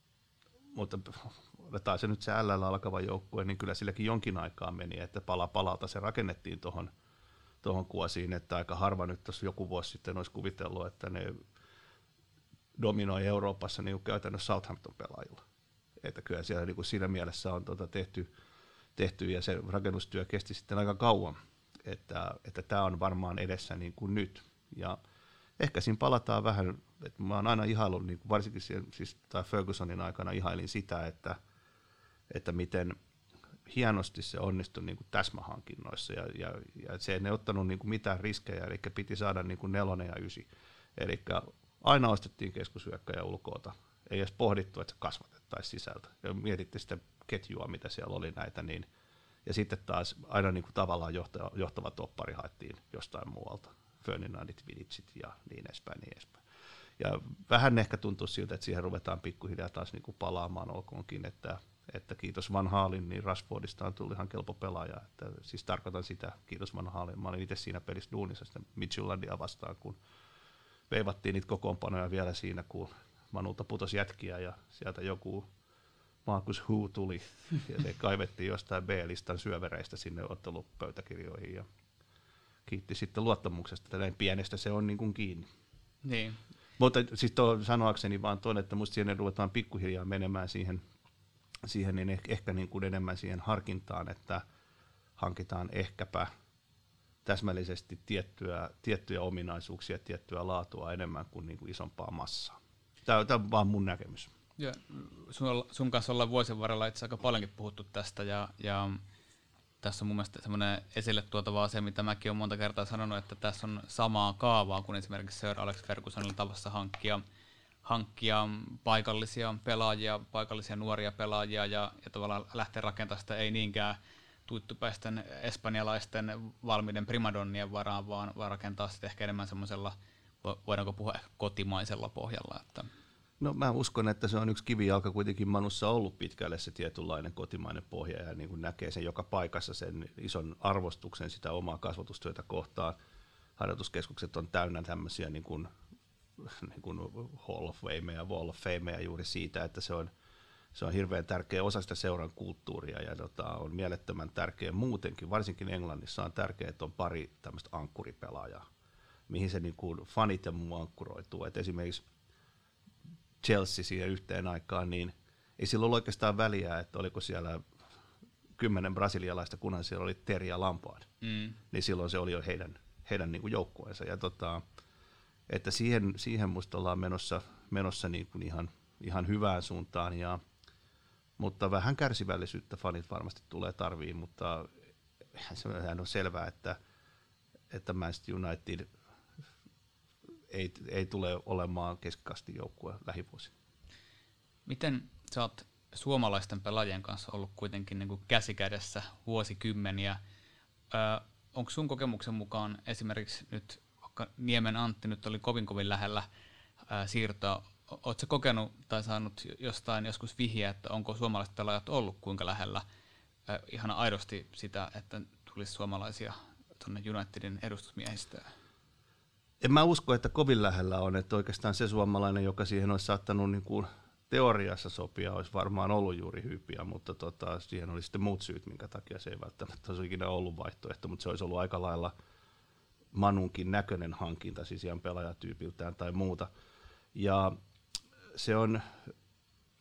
[SPEAKER 1] otetaan se nyt se LL alkava joukkue, niin kyllä silläkin jonkin aikaa meni, että pala palalta se rakennettiin tuohon kuosiin, että aika harva nyt tuossa joku vuosi sitten olisi kuvitellut, että ne dominoi Euroopassa niin kuin käytännössä Southampton-pelaajilla. Että kyllä siellä niin kuin siinä mielessä on tehty ja se rakennustyö kesti sitten aika kauan, että tämä on varmaan edessä niin kuin nyt. Ja ehkä siinä palataan vähän, että mä oon aina ihaillut, niin kuin varsinkin siis Fergusonin aikana ihailin sitä, että miten hienosti se onnistui niin kuin täsmähankinnoissa ja se ei ottanut niin kuin mitään riskejä, eli piti saada niin kuin 4 ja 9. Eli aina ostettiin keskushyökkäjä ulkoota, ei edes pohdittu, että se kasvatettaisiin sisältä. Ja mietittiin sitä ketjua, mitä siellä oli näitä, niin, ja sitten taas aina niin kuin tavallaan johtava toppari haettiin jostain muualta. Ferdinandit, Vidicit ja niin edespäin. Ja vähän ehkä tuntuu siltä, että siihen ruvetaan pikkuhiljaa taas niin kuin palaamaan, olkoonkin, että kiitos Van Gaalin, niin Rashfordista on tullut ihan kelpo pelaaja. Että, siis tarkoitan sitä, kiitos Van Gaalin. Mä olin itse siinä pelissä duunissa sitten Midtjyllandia vastaan, kun veivattiin niitä kokoonpanoja vielä siinä, kun Manulta putosi jätkiä ja sieltä joku Marcus Hu tuli ja se kaivettiin jostain B-listan syövereistä sinne ottelupöytäkirjoihin ja kiitti sitten luottamuksesta, että näin pienestä se on niin kuin kiinni.
[SPEAKER 2] Niin.
[SPEAKER 1] Mutta siis sanoakseni vaan tuon, että musta siihen ruvetaan pikkuhiljaa menemään siihen niin ehkä niin kuin enemmän siihen harkintaan, että hankitaan ehkäpä täsmällisesti tiettyjä ominaisuuksia, tiettyä laatua enemmän kuin, niin kuin isompaa massaa. Tämä on vaan mun näkemys.
[SPEAKER 2] Ja sun kanssa ollaan vuosien varrella itse aika paljonkin puhuttu tästä ja tässä on mun mielestä semmoinen esille tuotava asia, mitä mäkin olen monta kertaa sanonut, että tässä on samaa kaavaa kuin esimerkiksi Sir Alex Fergusonilla tavassa hankkia paikallisia pelaajia, paikallisia nuoria pelaajia ja tavallaan lähteä rakentamaan sitä ei niinkään tuittupäisten espanjalaisten valmiiden primadonnien varaan, vaan rakentaa sitä ehkä enemmän semmoisella, voidaanko puhua ehkä kotimaisella pohjalla. Että
[SPEAKER 1] No mä uskon, että se on yksi kivijalka kuitenkin Manussa ollut pitkälle se tietynlainen kotimainen pohja ja niin kuin näkee sen joka paikassa sen ison arvostuksen sitä omaa kasvatustyötä kohtaan. Harjoituskeskukset on täynnä tämmöisiä niin kuin Hall of Fame ja Wall of Fame juuri siitä, että se on hirveän tärkeä osa sitä seuran kulttuuria ja on mielettömän tärkeä muutenkin. Varsinkin Englannissa on tärkeää, että on pari tämmöistä ankkuripelaajaa, mihin se niin kuin fanit ja muu ankkuroituu. Et esimerkiksi Chelsea siihen yhteen aikaan, niin ei sillä ollut oikeastaan väliä, että oliko siellä 10 brasilialaista, kunhan siellä oli Terry ja Lampard. Niin silloin se oli jo heidän niin kuin joukkueensa. Ja että siihen musta ollaan menossa niin kuin ihan hyvään suuntaan. Mutta vähän kärsivällisyyttä fanit varmasti tulee tarviin, mutta sehän on selvää, että Manchester United ei tule olemaan keskikastin joukkue lähivuosina.
[SPEAKER 2] Miten sä oot suomalaisten pelaajien kanssa ollut kuitenkin niin kuin käsikädessä vuosikymmeniä? Onko sun kokemuksen mukaan esimerkiksi nyt, vaikka Niemen Antti nyt oli kovin lähellä siirtoa, ootko sä kokenut tai saanut jostain joskus vihjeä, että onko suomalaiset pelaajat ollut kuinka lähellä ihan aidosti sitä, että tulisi suomalaisia tuonne Unitedin edustusmiehistöön?
[SPEAKER 1] En mä usko, että kovin lähellä on, että oikeastaan se suomalainen, joka siihen olisi saattanut niin kuin teoriassa sopia, olisi varmaan ollut juuri Hyypiä, mutta siihen oli sitten muut syyt, minkä takia se ei välttämättä olisi ikinä ollut vaihtoehto, mutta se olisi ollut aika lailla Manunkin näköinen hankinta, siis ihan pelaajatyypiltään tai muuta. Ja se on,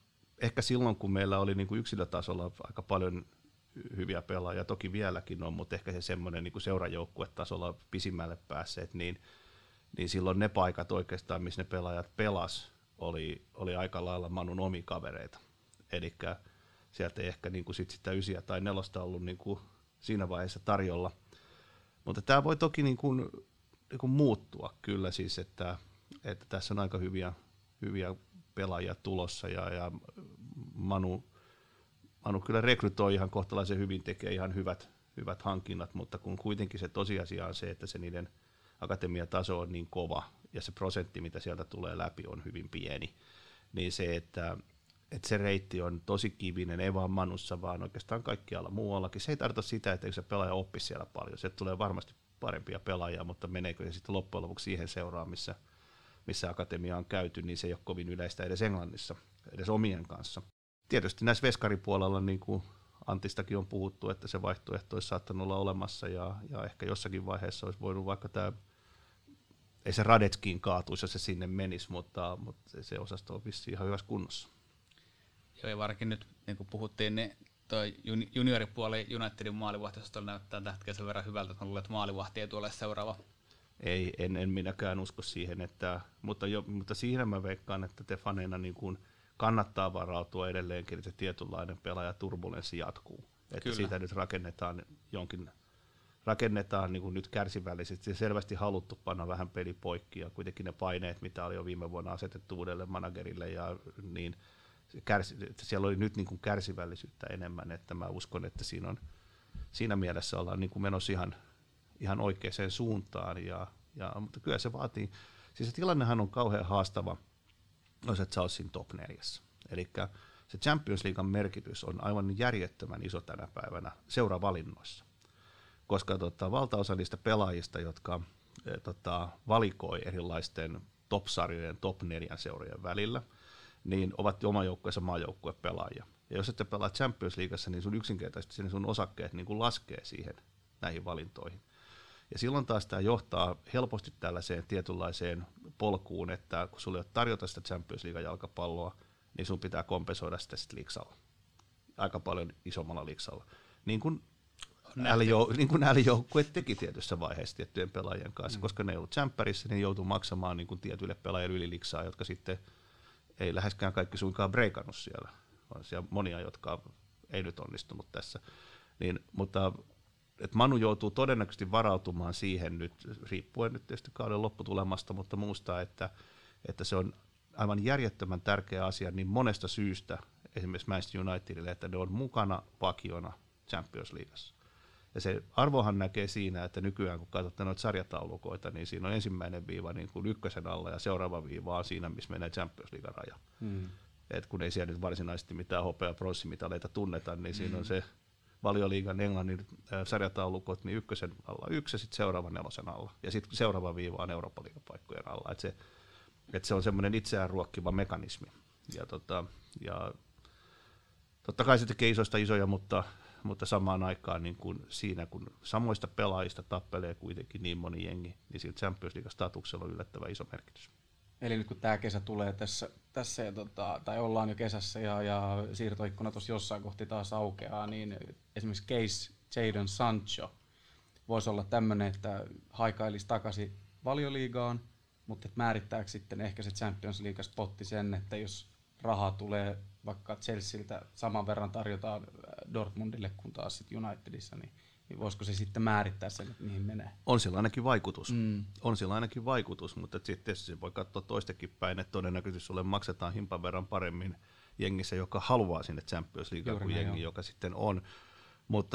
[SPEAKER 1] ehkä silloin, kun meillä oli niin kuin yksilötasolla aika paljon hyviä pelaajia, toki vieläkin on, mutta ehkä se semmoinen niin kuin seurajoukkuetasolla pisimmälle päässeet, niin silloin ne paikat oikeastaan, missä ne pelaajat pelas, oli aika lailla Manun omia kavereita. Eli sieltä ei ehkä niin kuin sitä 9 tai 4 ollut niin kuin siinä vaiheessa tarjolla. Mutta tämä voi toki niin kuin muuttua kyllä siis, että tässä on aika hyviä pelaajia tulossa ja Manu kyllä rekrytoi ihan kohtalaisen hyvin, tekee ihan hyvät hankinnat, mutta kun kuitenkin se tosiasia on se, että se niiden akatemiataso on niin kova ja se prosentti, mitä sieltä tulee läpi, on hyvin pieni, niin se, että se reitti on tosi kivinen, ei vaan Manussa, vaan oikeastaan kaikkialla muuallakin. Se ei tarkoita sitä, että se pelaaja oppisi siellä paljon. Se tulee varmasti parempia pelaajia, mutta meneekö se sitten loppujen lopuksi siihen seuraan, missä akatemia on käyty, niin se ei ole kovin yleistä edes Englannissa, edes omien kanssa. Tietysti näissä veskaripuolella, niin kuin Antistakin on puhuttu, että se vaihtoehto olisi saattanut olla olemassa, ja ehkä jossakin vaiheessa olisi voinut vaikka tämä, ei se Radetskiin kaatuisi, jos se sinne menisi, mutta se osasto on vissiin ihan hyvässä kunnossa.
[SPEAKER 2] Joo, ja varsinkin nyt, niin kuin puhuttiin, niin toi junioripuoli Unitedin maalivahtistolla näyttää tällä hetkellä sen verran hyvältä, että maalivahti ei tule seuraava.
[SPEAKER 1] Ei, en minäkään usko siihen, mutta siihen mä veikkaan, että te faneina niin kuin kannattaa varautua edelleenkin, että tietynlainen pelaaja-turbulenssi jatkuu. Että siitä nyt rakennetaan niin kuin nyt kärsivällisesti. Se selvästi haluttu panna vähän peli poikki, ja kuitenkin ne paineet, mitä oli jo viime vuonna asetettu uudelle managerille, ja niin että siellä oli nyt niin kuin kärsivällisyyttä enemmän, että mä uskon, että siinä mielessä ollaan niin kuin menossa ihan oikeaan suuntaan, mutta kyllä se vaatii, siis se tilannehan on kauhean haastava, jos et sä ole siinä top 4. Eli se Champions Leaguean merkitys on aivan järjettömän iso tänä päivänä seuravalinnoissa, koska valtaosa niistä pelaajista, jotka valikoi erilaisten top-sarjojen, top 4 seurojen välillä, niin ovat oma joukkueensa maajoukkuepelaajia. Ja jos et pelaa Champions Leagueassa, niin sun yksinkertaisesti sun osakkeet niin kuin laskee siihen näihin valintoihin. Ja silloin taas tämä johtaa helposti tällaiseen tietynlaiseen polkuun, että kun sulla ei ole tarjota sitä Champions League jalkapalloa, niin sun pitää kompensoida sitä sitten liigsalla. Aika paljon isommalla liigsalla. Niin kuin L-joukkueet teki tietyssä vaiheessa tiettyjen pelaajien kanssa, koska ne ei ollut Champerissa, niin joutui maksamaan niin kuin tietyille pelaajille yli liigsaa, jotka sitten ei läheskään kaikki suinkaan breikannut siellä. On siellä monia, jotka ei nyt onnistunut tässä. Mutta Manu joutuu todennäköisesti varautumaan siihen nyt, riippuen nyt tietysti kauden lopputulemasta, mutta muusta, että se on aivan järjettömän tärkeä asia niin monesta syystä, esimerkiksi Manchester Unitedille, että ne on mukana vakiona Champions Leagueassa. Ja se arvohan näkee siinä, että nykyään kun katsotaan noita sarjataulukoita, niin siinä on ensimmäinen viiva niin kuin 1 alla ja seuraava viiva on siinä, missä menee Champions League raja. Et kun ei siellä nyt varsinaisesti mitään hopea- pronssimitaleita tunneta, niin siinä on se Valioliigan Englannin sarjataulukot, niin 1 alla 1 ja sitten seuraava 4 alla. Ja sitten seuraava viiva on Eurooppa-liigan paikkojen alla. Et se on semmoinen itseään ruokkiva mekanismi. Ja totta kai se tekee isoista isoja, mutta samaan aikaan niin kun siinä, kun samoista pelaajista tappelee kuitenkin niin moni jengi, niin sillä Champions League-statuksella on yllättävän iso merkitys.
[SPEAKER 4] Eli nyt kun tämä kesä tulee tässä tai ollaan jo kesässä ja siirtoikkuna tuossa jossain kohti taas aukeaa, niin esimerkiksi case Jadon Sancho voisi olla tämmöinen, että haikailisi takaisin Valioliigaan, mutta määrittääkö sitten ehkä se Champions League-spotti sen, että jos rahaa tulee vaikka Chelsealtä saman verran tarjotaan Dortmundille kuin taas sit Unitedissa, niin voisiko se sitten määrittää sen, että mihin menee?
[SPEAKER 1] On sillä ainakin vaikutus, mutta sitten se voi katsoa toistekin päin, että todennäköisesti sulle maksetaan himpan verran paremmin jengissä, joka haluaa sinne Champions Leagueen kuin jengi, joka sitten on. Mutta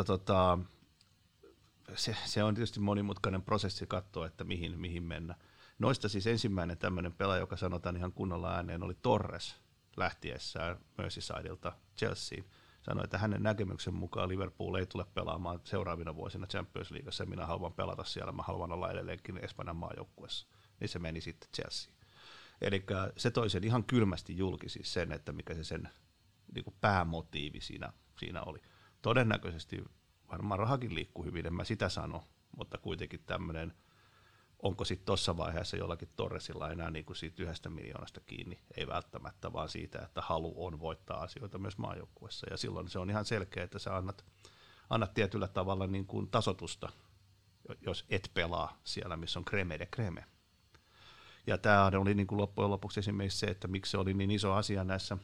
[SPEAKER 1] se on tietysti monimutkainen prosessi katsoa, että mihin mennä. Noista siis ensimmäinen tämmöinen pelaaja, joka sanotaan ihan kunnolla ääneen, oli Torres lähtiessään Merseysidelta Chelseaan. Sanoi, että hänen näkemyksen mukaan Liverpool ei tule pelaamaan seuraavina vuosina Champions Leagueassa, minä haluan pelata siellä, mä haluan olla edelleenkin Espanjan maajoukkueessa. Niin se meni sitten Chelsea. Eli se toi sen ihan kylmästi julki siis sen, että mikä se sen niin kuin päämotiivi siinä oli. Todennäköisesti varmaan rahakin liikkuu hyvin, en mä sitä sano, mutta kuitenkin tämmöinen onko sitten tuossa vaiheessa jollakin Torresilla enää niin kuin siitä 1 miljoonasta kiinni, ei välttämättä, vaan siitä, että halu on voittaa asioita myös maajoukkuessa. Ja silloin se on ihan selkeä, että sä annat tietyllä tavalla niin kuin tasotusta, jos et pelaa siellä, missä on creme de creme. Ja tämä oli niin kuin loppujen lopuksi esimerkiksi se, että miksi se oli niin iso asia näissä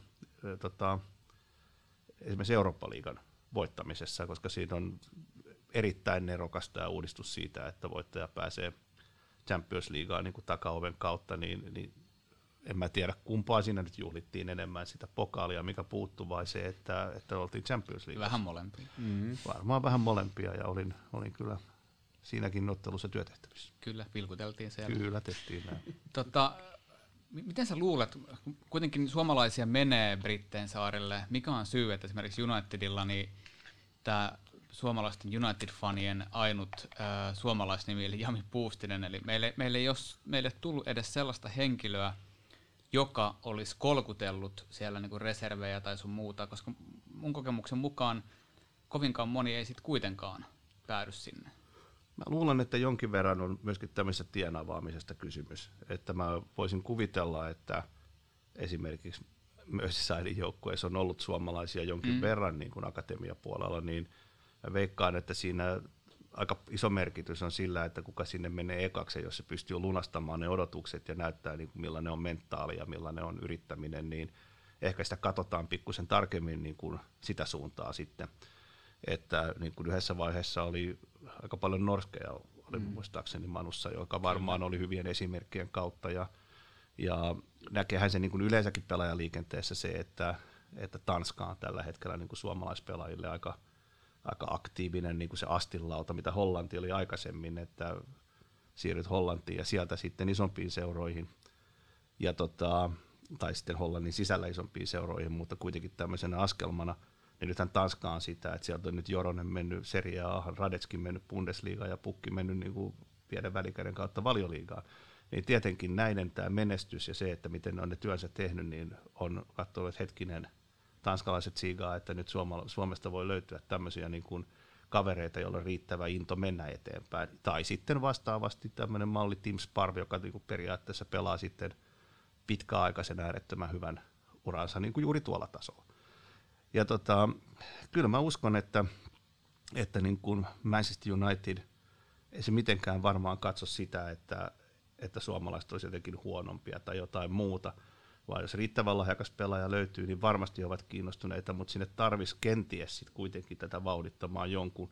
[SPEAKER 1] esimerkiksi Eurooppa-liigan voittamisessa, koska siinä on erittäin nerokasta ja uudistus siitä, että voittaja pääsee Champions Leagueaan niin kuin takaoven kautta, niin en mä tiedä kumpaa siinä nyt juhlittiin enemmän, sitä pokaalia, mikä puuttui, vai se, että oltiin Champions Leagueassa.
[SPEAKER 2] Vähän molempia.
[SPEAKER 1] Varmaan vähän molempia, ja olin kyllä siinäkin ottelussa työtehtävissä.
[SPEAKER 2] Kyllä, vilkuteltiin siellä.
[SPEAKER 1] Kyllä, tehtiin näin.
[SPEAKER 2] Miten sä luulet, kuitenkin suomalaisia menee Britteen saarelle, mikä on syy, että esimerkiksi Unitedilla niin tämä suomalaisten United-fanien ainut suomalaisnimi eli Jami Puustinen, eli meille ei tullut edes sellaista henkilöä, joka olisi kolkutellut siellä niin kuin reservejä tai sun muuta, koska mun kokemuksen mukaan kovinkaan moni ei sitten kuitenkaan päädy sinne.
[SPEAKER 1] Mä luulen, että jonkin verran on myöskin tämmöisestä tienavaamisesta kysymys. Että mä voisin kuvitella, että esimerkiksi Merseysiden joukkueessa on ollut suomalaisia jonkin verran niin kuin akatemiapuolella, niin mä veikkaan, että siinä aika iso merkitys on sillä, että kuka sinne menee ekaksi, jos se pystyy lunastamaan ne odotukset ja näyttää, niin kuin millainen on mentaali ja millainen on yrittäminen, niin ehkä sitä katsotaan pikkusen tarkemmin niin kuin sitä suuntaa sitten. Että niin kuin yhdessä vaiheessa oli aika paljon norskeja, oli muistaakseni Manussa, joka varmaan oli hyvien esimerkkien kautta. Ja näkehän se niin kuin yleensäkin pelaajaliikenteessä se, että Tanska on tällä hetkellä niin kuin suomalaispelaajille aika aktiivinen niin kuin se astinlauta, mitä Hollanti oli aikaisemmin, että siirryt Hollantiin ja sieltä sitten isompiin seuroihin, tai sitten Hollannin sisällä isompiin seuroihin, mutta kuitenkin tämmöisenä askelmana. Niin nythän Tanska on sitä, että sieltä on nyt Joronen mennyt Serie A:han, Radetskin mennyt Bundesliigaan ja Pukki mennyt niin kuin pienen välikäden kautta Valioliigaan. Niin tietenkin näiden tämä menestys ja se, että miten ne on ne työnsä tehnyt, niin on katsonut, että hetkinen, tanskalaiset siigaa, että nyt Suomesta voi löytyä tämmöisiä niin kuin kavereita, joilla on riittävä into mennä eteenpäin. Tai sitten vastaavasti tämmöinen malli Tim Sparv, joka niin kuin periaatteessa pelaa sitten pitkäaikaisen äärettömän hyvän uransa niin kuin juuri tuolla tasolla. Ja kyllä mä uskon, että niin kuin Manchester United ei se mitenkään varmaan katso sitä, että suomalaiset olisi jotenkin huonompia tai jotain muuta, vaan jos riittävän lahjakas pelaaja löytyy, niin varmasti ovat kiinnostuneita, mutta sinne tarvitsisi kenties sit kuitenkin tätä vauhdittamaan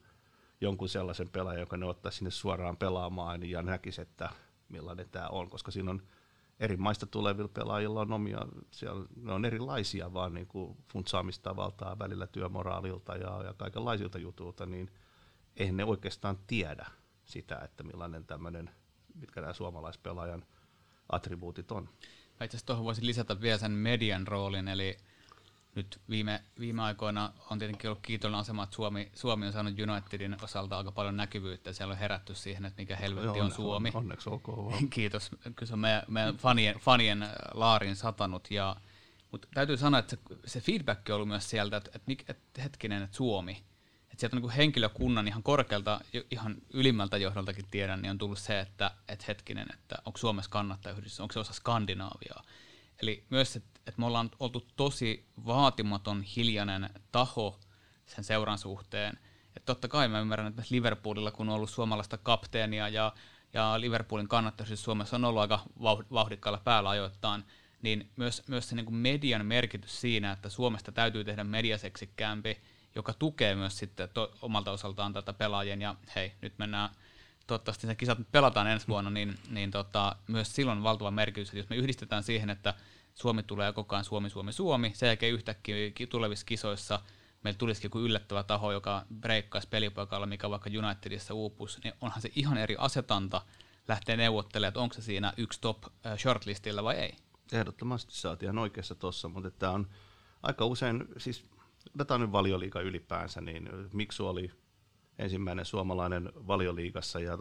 [SPEAKER 1] jonkun sellaisen pelaajan, joka ne ottaa sinne suoraan pelaamaan ja näkisi, että millainen tämä on, koska siinä on eri maista tulevilla pelaajilla on omia, ne on erilaisia vaan niin kuin funtsaamistavaltaan, välillä työmoraalilta ja kaikenlaisilta jutulta, niin eihän ne oikeastaan tiedä sitä, että millainen tämmöinen, mitkä nämä suomalaispelaajan attribuutit on.
[SPEAKER 2] Itse asiassa tuohon voisin lisätä vielä sen median roolin, eli nyt viime aikoina on tietenkin ollut kiitollinen asema, että Suomi on saanut Unitedin osalta aika paljon näkyvyyttä, ja siellä on herätty siihen, että mikä helvetti on Suomi.
[SPEAKER 1] Onneksi olkoon vaan.
[SPEAKER 2] Kiitos, kyllä se on meidän fanien laarin satanut, mutta täytyy sanoa, että se feedback on ollut myös sieltä, että hetkinen, että Suomi, että sieltä on niin henkilökunnan ihan korkealta, ihan ylimmältä johdoltakin tiedän, niin on tullut se, että hetkinen, että onko Suomessa kannattajayhdistys, onko se osa Skandinaaviaa. Eli myös, että me ollaan oltu tosi vaatimaton, hiljainen taho sen seuran suhteen. Että totta kai mä ymmärrän, että Liverpoolilla, kun on ollut suomalaista kapteenia ja Liverpoolin kannattajayhdistys Suomessa on ollut aika vauhdikkaalla päällä ajoittain, niin myös se niin kuin median merkitys siinä, että Suomesta täytyy tehdä mediaseksikkäämpi, joka tukee myös sitten omalta osaltaan tätä pelaajien, ja hei, nyt mennään, toivottavasti se kisat pelataan ensi vuonna, niin myös silloin on valtava merkitys, että jos me yhdistetään siihen, että Suomi tulee koko ajan Suomi, sen jälkeen yhtäkkiä tulevissa kisoissa meillä tulisikin joku yllättävä taho, joka breikkaisi pelipaikalla, mikä vaikka Unitedissa uupuisi, niin onhan se ihan eri asetanta lähteä neuvottelemaan, että onko se siinä yksi top shortlistilla vai ei.
[SPEAKER 1] Ehdottomasti sä oot ihan oikeassa tuossa, mutta tämä on aika usein, siis otetaan nyt Valioliiga ylipäänsä, niin Miksu oli ensimmäinen suomalainen Valioliigassa ja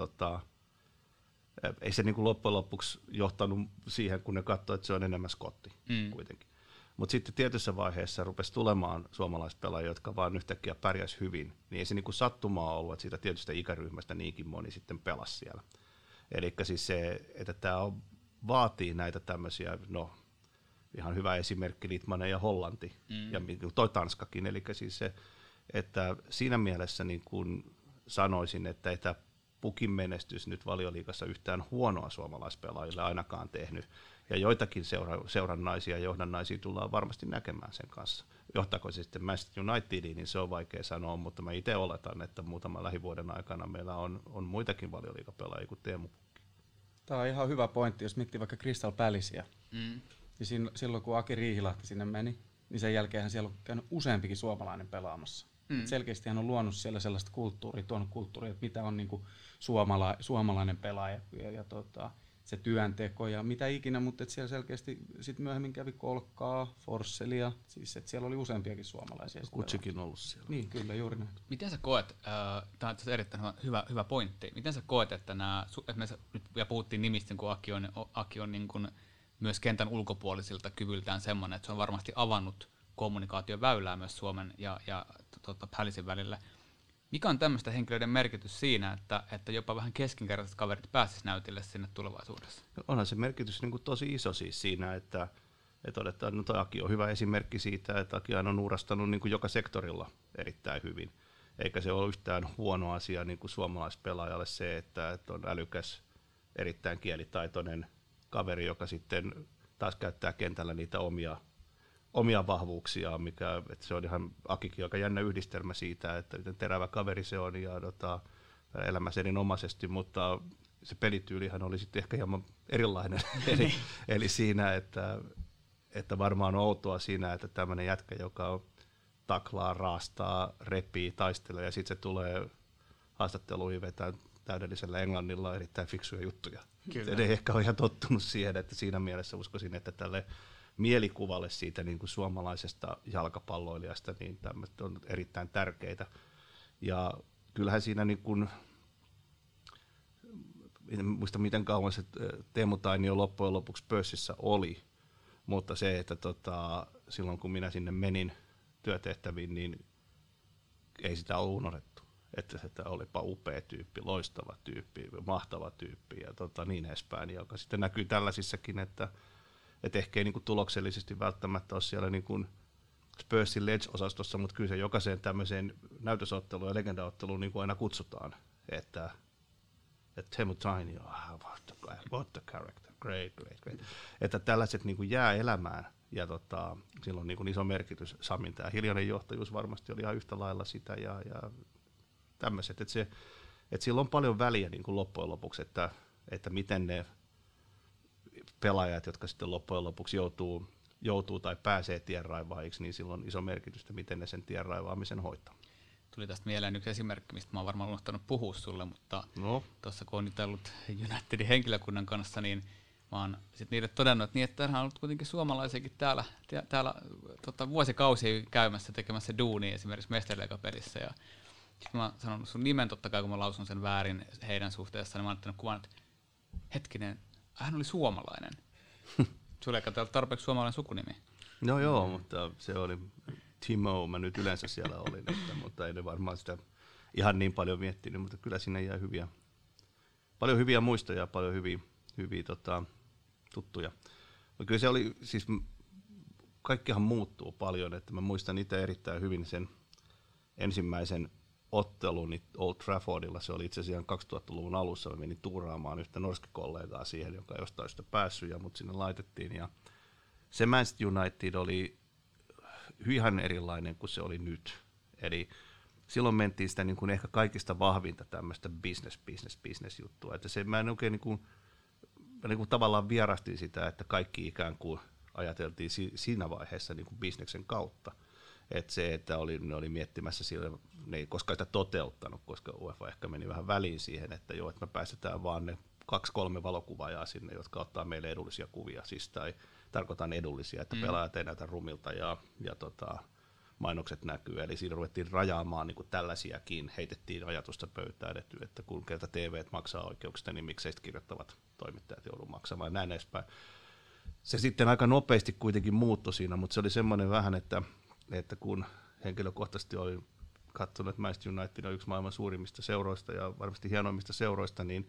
[SPEAKER 1] ei se niin kuin loppujen lopuksi johtanut siihen, kun ne katsoi, että se on enemmän skotti kuitenkin. Mutta sitten tietyssä vaiheessa rupesi tulemaan suomalaispelaajia, jotka vaan yhtäkkiä pärjäs hyvin, niin ei se niin kuin sattumaa ollut, että siitä tietystä ikäryhmästä niinkin moni sitten pelasi siellä. Eli siis se, että tämä vaatii näitä tämmöisiä, no ihan hyvä esimerkki Litmanen ja Hollanti ja toi Tanskakin, eli siis se, että siinä mielessä niin kuin sanoisin, että ei tämä Pukin menestys nyt Valioliigassa yhtään huonoa suomalaispelaajille ainakaan tehnyt, ja joitakin seurannaisia ja johdannaisia tullaan varmasti näkemään sen kanssa. Johtaako se sitten Manchester Unitediin, niin se on vaikea sanoa, mutta mä itse oletan, että muutaman lähivuoden aikana meillä on muitakin Valioliigapelaajia kuin Teemu Pukki.
[SPEAKER 4] Tämä on ihan hyvä pointti, jos miettii vaikka Crystal Palacea. Niin silloin kun Aki Riihilahti sinne meni, niin sen jälkeen siellä on käynyt useampikin suomalainen pelaamassa. Selkeästi hän on luonut siellä sellaista kulttuuria, tuonut kulttuuria, että mitä on niinku suomalainen pelaaja ja se työnteko ja mitä ikinä, mutta siellä selkeästi sit myöhemmin kävi Kolkkaa, Forsselia, siis että siellä oli useampiakin suomalaisia.
[SPEAKER 1] Kutsikin ollut siellä.
[SPEAKER 4] Niin, kyllä, juuri näin.
[SPEAKER 2] Miten sä koet, tämä on erittäin hyvä pointti, miten sä koet, että nyt ja puhuttiin nimistä, kun Aki on niin kuin myös kentän ulkopuolisilta kyvyltään semmoinen, että se on varmasti avannut kommunikaation väylää myös Suomen ja Palicen välillä. Mikä on tämmöistä henkilöiden merkitys siinä, että jopa vähän keskinkertaiset kaverit pääsisivät näytille sinne tulevaisuudessa?
[SPEAKER 1] Onhan se merkitys niin kuin tosi iso siis siinä, että todetaan, no toi Aki on hyvä esimerkki siitä, että Aki on uurastanut niin kuin joka sektorilla erittäin hyvin. Eikä se ole yhtään huono asia niin kuin suomalaispelaajalle se, että on älykäs, erittäin kielitaitoinen kaveri, joka sitten taas käyttää kentällä niitä omia vahvuuksia, että se on ihan Akikin aika jännä yhdistelmä siitä, että miten terävä kaveri se on ja elämässä erinomaisesti, mutta se pelityylihän oli sitten ehkä hieman erilainen. eli siinä, että varmaan on outoa siinä, että tämmöinen jätkä, joka taklaa, raastaa, repii, taistelee ja sitten se tulee haastatteluihin vetää täydellisellä englannilla erittäin fiksuja juttuja. Kyllä. Ei ehkä ole ihan tottunut siihen, että siinä mielessä uskoisin, että tälle mielikuvalle siitä niin kuin suomalaisesta jalkapalloilijasta, niin tämmöiset on erittäin tärkeitä. Ja kyllähän siinä, niin kuin, en muista miten kauan se Teemu Tainio loppujen lopuksi pörssissä oli, mutta se, että silloin kun minä sinne menin työtehtäviin, niin ei sitä ole unohdettu. Että olipa upea tyyppi, loistava tyyppi, mahtava tyyppi ja niin edespäin, joka sitten näkyy tällaisissakin, että ehkä ei niin kuin tuloksellisesti välttämättä ole siellä niin kuin Spursin Ledge-osastossa, mutta kyllä se jokaiseen tämmöiseen näytösotteluun ja legendaotteluun niin kuin aina kutsutaan, että Teemu Tainio, what the character, great. Että tällaiset niin kuin jää elämään ja sillä on niin kuin iso merkitys. Samin tämä hiljainen johtajuus varmasti oli ihan yhtä lailla sitä ja tämmöiset, että sillä on paljon väliä niin kuin loppujen lopuksi, että miten ne pelaajat, jotka sitten loppujen lopuksi joutuu tai pääsee tienraivaajiksi, niin sillä on iso merkitys, miten ne sen tienraivaamisen hoitaa.
[SPEAKER 2] Tuli tästä mieleen yksi esimerkki, mistä mä oon varmaan unohtanut puhua sulle, mutta tuossa kun on nyt ollut Unitedin henkilökunnan kanssa, niin mä oon sitten niille todennut, että täällä on ollut kuitenkin suomalaisiakin täällä vuosikausia käymässä tekemässä duunia esimerkiksi Mesterileikapelissä. Ja sitten mä oon sanonut sun nimen totta kai, kun mä lausun sen väärin heidän suhteessaan, niin mä oon ottanut kuvan, että hetkinen, hän oli suomalainen. Sulla ei ole tarpeeksi suomalainen sukunimi.
[SPEAKER 1] No joo, mutta se oli Timo, mä nyt yleensä siellä olin, mutta ei ne varmaan sitä ihan niin paljon miettinyt, mutta kyllä siinä jäi paljon hyviä muistoja ja paljon hyviä tuttuja. Mutta kyllä se oli, siis kaikkihan muuttuu paljon, että mä muistan itse erittäin hyvin sen ensimmäisen ottelun Old Traffordilla, se oli itse asiassa 2000-luvun alussa, mä menin tuuraamaan yhtä norskikollegaa siihen, joka ei jostain sitä päässyt, ja mut sinne laitettiin, ja se Manchester United oli ihan erilainen kuin se oli nyt, eli silloin mentiin sitä niin kuin ehkä kaikista vahvinta tämmöistä business juttua, että se, mä en oikein niin kuin tavallaan vierastin sitä, että kaikki ikään kuin ajateltiin siinä vaiheessa niin kuin bisneksen kautta. Että se, että ne oli miettimässä sillä, ne ei koskaan sitä toteuttanut, koska UEFA ehkä meni vähän väliin siihen, että joo, että me päästetään vaan ne 2-3 valokuvaajaa sinne, jotka ottaa meille edullisia kuvia, siis tai tarkoitan edullisia, että pelaajat ei näytä rumilta ja mainokset näkyy, eli siinä ruvettiin rajaamaan niin kuin tällaisiakin, heitettiin ajatusta pöytään, että kun kerta TVt maksaa oikeuksista, niin miksei sitten kirjoittavat toimittajat joudu maksamaan näin edespäin. Se sitten aika nopeasti kuitenkin muuttui siinä, mutta se oli semmoinen vähän, että kun henkilökohtaisesti olin katsonut, että Manchester United on yksi maailman suurimmista seuroista ja varmasti hienoimmista seuroista, niin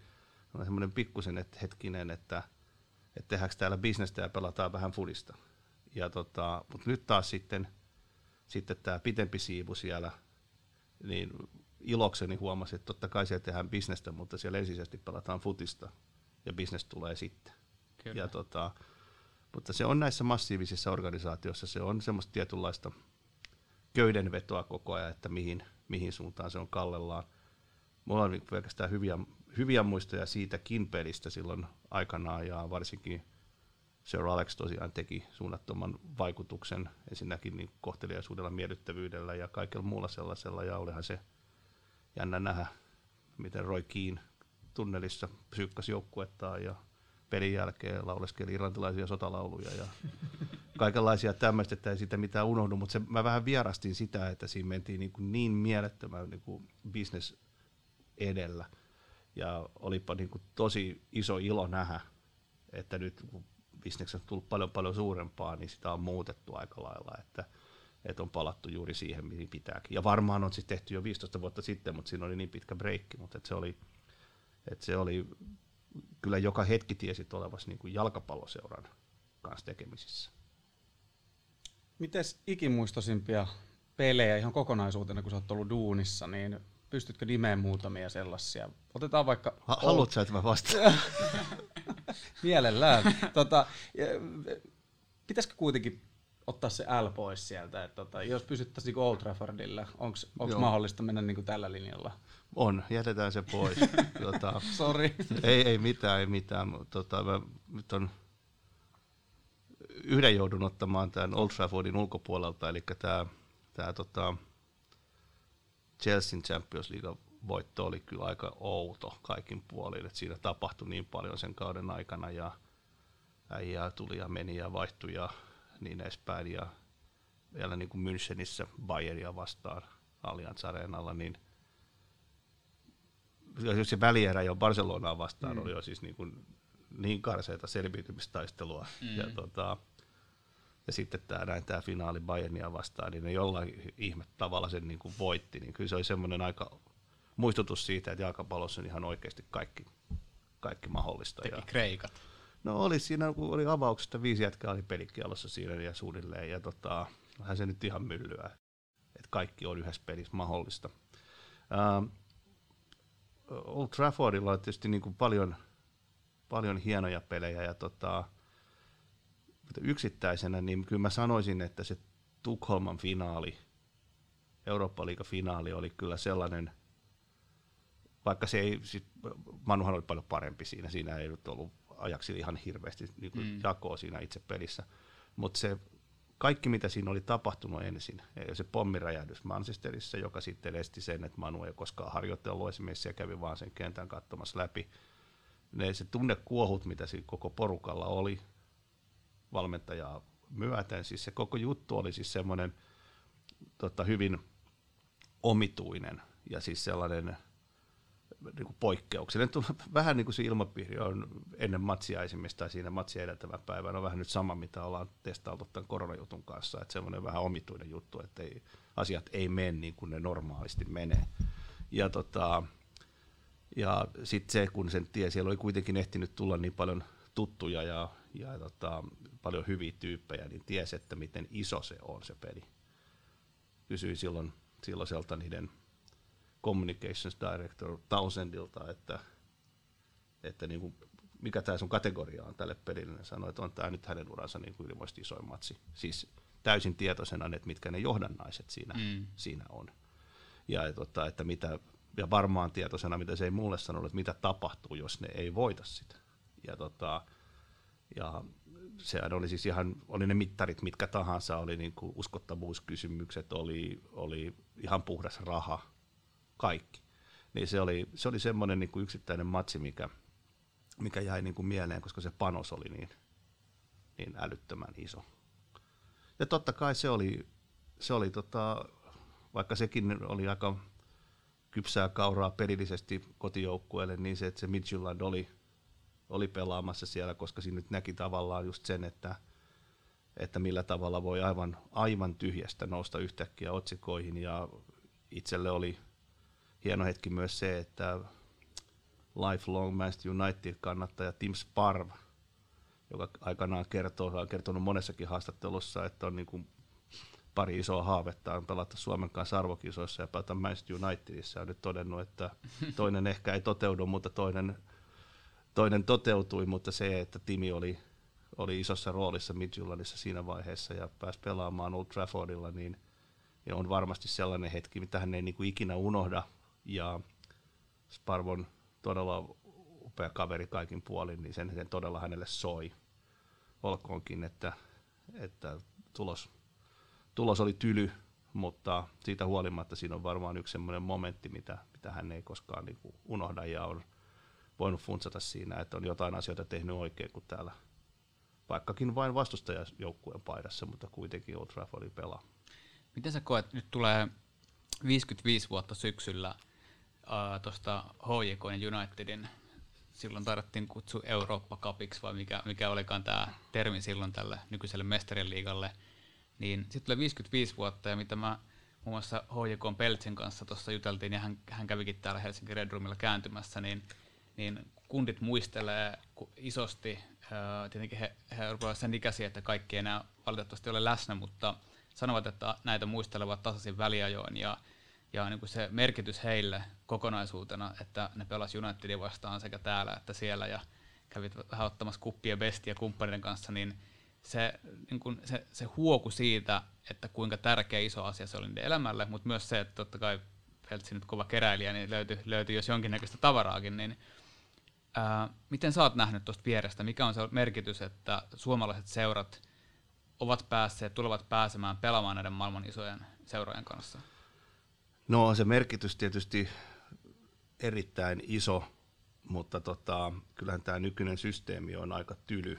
[SPEAKER 1] on semmoinen pikkusen hetkinen, että tehdäänkö täällä bisnestä ja pelataan vähän fudista. Mutta nyt taas sitten tämä pitempi siivu siellä, niin ilokseni huomasin, että totta kai siellä tehdään bisnestä, mutta siellä ensisijaisesti pelataan futista ja bisnes tulee sitten. Ja mutta se on näissä massiivisissa organisaatioissa, se on semmoista tietynlaista köydenvetoa koko ajan, että mihin suuntaan se on kallellaan. Mulla on pelkästään hyviä muistoja siitäkin pelistä silloin aikanaan, ja varsinkin Sir Alex tosiaan teki suunnattoman vaikutuksen ensinnäkin niin kohteliaisuudella, miellyttävyydellä ja kaikella muulla sellaisella, ja olihan se jännä nähdä, miten Roy Keane tunnelissa psyykkasi joukkuettaan ja pelin jälkeen lauleskeli irlantilaisia sotalauluja ja kaikenlaisia tämmöistä, että ei siitä mitään unohdu, mutta mä vähän vierastin sitä, että siinä mentiin niin mielettömän business edellä, ja olipa tosi iso ilo nähdä, että nyt kun bisneksestä on tullut paljon suurempaa, niin sitä on muutettu aika lailla, että on palattu juuri siihen, mihin pitääkin. Ja varmaan on sitten tehty jo 15 vuotta sitten, mutta siinä oli niin pitkä breikki, mutta se oli kyllä joka hetki tiesit olevasi niin kuin jalkapalloseuran kanssa tekemisissä.
[SPEAKER 4] Mites ikimuistoisimpia pelejä ihan kokonaisuutena, kun sä oot ollut duunissa, niin pystytkö nimeen muutamia sellaisia? Otetaan vaikka...
[SPEAKER 1] Haluatko sä, että mä vastaan?
[SPEAKER 4] Mielellään. Pitäisikö kuitenkin ottaa se L pois sieltä, että jos pysyttäisiin Old Traffordilla, onko mahdollista mennä niin kuin tällä linjalla?
[SPEAKER 1] On, jätetään se pois.
[SPEAKER 4] Sori.
[SPEAKER 1] Ei mitään. Mä nyt on yhden joudun ottamaan tämän Old Traffordin ulkopuolelta, eli tämä Chelsean Champions League voitto oli kyllä aika outo kaikin puolin, että siinä tapahtui niin paljon sen kauden aikana, ja äijää tuli ja meni ja vaihtui ja niin edespäin, ja vielä niin kuin Münchenissä Bayeria vastaan Allianz Arenalla, niin se välierä jo Barcelonaa vastaan oli jo siis niin karseita selviytymistaistelua, ja sitten tämä finaali Bayernia vastaan, niin ne jollain ihme tavalla sen niin kuin voitti, niin kyllä se oli semmoinen aika muistutus siitä, että jalkapallossa on ihan oikeasti kaikki mahdollista.
[SPEAKER 2] Teki kreikat.
[SPEAKER 1] No oli siinä, kun oli avauksesta 5 jätkää oli pelikialossa siinä ja suunnilleen, ja vähän se nyt ihan myllyä, että kaikki on yhdessä pelissä mahdollista. Old Traffordilla on tietysti niin kuin paljon hienoja pelejä, ja yksittäisenä, niin kyllä mä sanoisin, että se Tukholman finaali, Eurooppa-liiga-finaali oli kyllä sellainen, vaikka se ei, Manuhan oli paljon parempi siinä ei nyt ollut Ajaxilla ihan hirveästi jakoa siinä itse pelissä, mutta se kaikki mitä siinä oli tapahtunut ensin, ja se pommiräjähdys Manchesterissa, joka sitten esti sen, että Manu ei koskaan harjoitellut esimerkiksi ja kävi vaan sen kentän katsomassa läpi, se tunnekuohut, mitä siinä koko porukalla oli, valmentajaa myöten, siis se koko juttu oli siis semmoinen hyvin omituinen ja siis sellainen niin kuin poikkeuksellinen. Vähän niin kuin se ilmapiiri on ennen matsia esimerkiksi tai siinä matsia edeltävän päivänä on vähän nyt sama, mitä ollaan testailtu tämän koronajutun kanssa, että semmoinen vähän omituinen juttu, että asiat ei mene niin kuin ne normaalisti menee. Ja sitten se, kun sen tiesi, siellä oli kuitenkin ehtinyt tulla niin paljon tuttuja ja paljon hyviä tyyppejä, niin tiesi, että miten iso se on se peli. Kysyin silloiselta niiden communications director Townsendilta, että niin kuin, mikä tämä sun kategoria on tälle pelille. Ne sanoi, että on tämä nyt hänen uransa niin kuin ylivoimaisesti isoin matsi. Siis täysin tietoisena, että mitkä ne johdannaiset siinä on. Ja, että mitä, ja varmaan tietoisena, mitä se ei mulle sanonut, että mitä tapahtuu, jos ne ei voita sitä. Ja sehän oli siis oli ne mittarit mitkä tahansa, oli niin kuin uskottavuuskysymykset, oli ihan puhdas raha, kaikki. Niin se oli semmoinen niin kuin yksittäinen matsi, mikä jäi niin kuin mieleen, koska se panos oli niin älyttömän iso. Ja totta kai se oli vaikka sekin oli aika kypsää kauraa pelillisesti kotijoukkueelle, niin se, että se Midtjylland oli pelaamassa siellä, koska siinä nyt näki tavallaan just sen, että millä tavalla voi aivan tyhjästä nousta yhtäkkiä otsikoihin, ja itselle oli hieno hetki myös se, että lifelong Manchester United-kannattaja Tim Sparv, joka aikanaan on kertonut monessakin haastattelussa, että on niin kuin pari isoa haavetta, on pelattu Suomen kanssa arvokisoissa ja pelata Manchester Unitedissa, on nyt todennut, että toinen ehkä ei toteudu, mutta toinen toteutui, mutta se, että Timi oli isossa roolissa Midtjyllandissa siinä vaiheessa ja pääsi pelaamaan Old Traffordilla, niin on varmasti sellainen hetki, mitä hän ei niin kuin ikinä unohda, ja Sparv on todella upea kaveri kaikin puolin, niin sen todella hänelle soi. Olkoonkin, että tulos oli tyly, mutta siitä huolimatta siinä on varmaan yksi semmoinen momentti, mitä hän ei koskaan niin kuin unohda ja on voinut funtsata siinä, että on jotain asioita tehnyt oikein, kun täällä vaikkakin vain vastustajajoukkueen paidassa, mutta kuitenkin Old Traffordin pelaa.
[SPEAKER 2] Miten sä koet, nyt tulee 55 vuotta syksyllä tuosta HJK ja Unitedin, silloin tarvittiin kutsua Eurooppa Cupiksi, vai mikä olikaan tämä termi silloin tälle nykyiselle mestarien liigalle, niin sitten tulee 55 vuotta, ja mitä mä muun muassa HJK Peltsin kanssa tuossa juteltiin, ja hän kävikin täällä Helsinki Red Roomilla kääntymässä, niin kundit muistelee isosti, tietenkin he rupeavat sen ikäisiä, että kaikki ei enää valitettavasti ole läsnä, mutta sanovat, että näitä muistelevat tasaisin väliajoin, ja niin kuin se merkitys heille kokonaisuutena, että ne pelasivat Unitedin vastaan sekä täällä että siellä, ja kävit vähän ottamassa kuppia Bestia kumppaneiden kanssa, niin se huoku siitä, että kuinka tärkeä iso asia se oli niiden elämälle, mutta myös se, että totta kai Peltsi nyt kova keräilijä, niin löytyi jos jonkinnäköistä tavaraakin, niin miten sä oot nähnyt tuosta vierestä, mikä on se merkitys, että suomalaiset seurat tulevat pääsemään pelaamaan näiden maailman isojen seurojen kanssa?
[SPEAKER 1] No se merkitys tietysti erittäin iso, mutta kyllähän tämä nykyinen systeemi on aika tyly.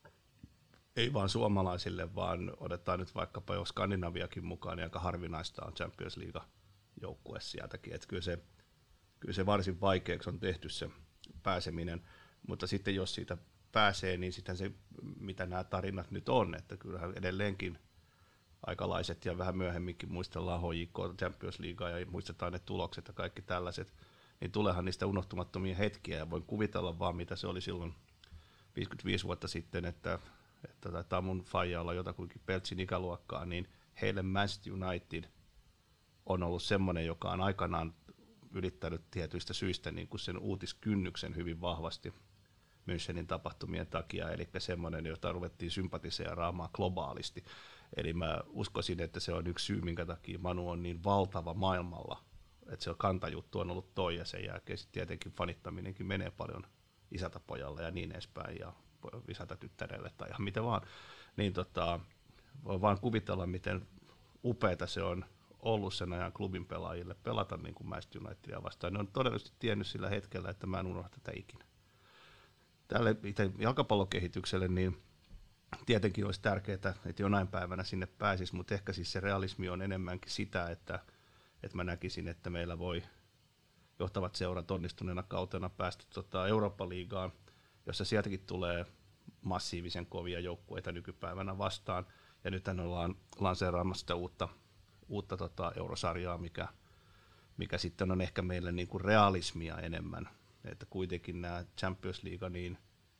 [SPEAKER 1] Ei vaan suomalaisille, vaan otetaan nyt vaikkapa jo Skandinaviakin mukaan, niin aika harvinaista on Champions League-joukkue sieltäkin. Että kyllä se varsin vaikeaksi on tehty se pääseminen, mutta sitten jos siitä pääsee, niin sitten se, mitä nämä tarinat nyt on, että kyllähän edelleenkin aikalaiset ja vähän myöhemminkin muistellaan HJK, Champions Leaguea ja muistetaan ne tulokset ja kaikki tällaiset, niin tuleehan niistä unohtumattomia hetkiä ja voin kuvitella vaan, mitä se oli silloin 55 vuotta sitten, että taitaa mun faija olla jotakuinkin Peltsin ikäluokkaa, niin heille Manchester United on ollut semmoinen, joka on aikanaan ylittänyt tietyistä syistä niin kuin sen uutiskynnyksen hyvin vahvasti Münchenin tapahtumien takia, eli semmoinen, jota ruvettiin sympatiseeraamaan globaalisti. Eli mä uskoisin, että se on yksi syy, minkä takia Manu on niin valtava maailmalla, että se kantajuttu on ollut toi, ja sen jälkeen sitten tietenkin fanittaminenkin menee paljon isältä pojalle ja niin edespäin, ja isältä tyttärelle tai ihan mitä vaan. Niin voi vaan kuvitella, miten upeata se on ollut sen ajan klubin pelaajille pelata niin kuin Manchester Unitedia vastaan. Ne on todennäköisesti tiennyt sillä hetkellä, että mä en unohda tätä ikinä. Tälle itse jalkapallokehitykselle niin tietenkin olisi tärkeää, että jonain päivänä sinne pääsisi, mutta ehkä siis se realismi on enemmänkin sitä, että mä näkisin, että meillä voi johtavat seurat onnistuneena kautena päästä Eurooppa-liigaan, jossa sieltäkin tulee massiivisen kovia joukkueita nykypäivänä vastaan. Ja nythän ollaan lanseeraamassa sitä uutta eurosarjaa, mikä sitten on ehkä meille niin kuin realismia enemmän. Että kuitenkin nämä Champions League, niin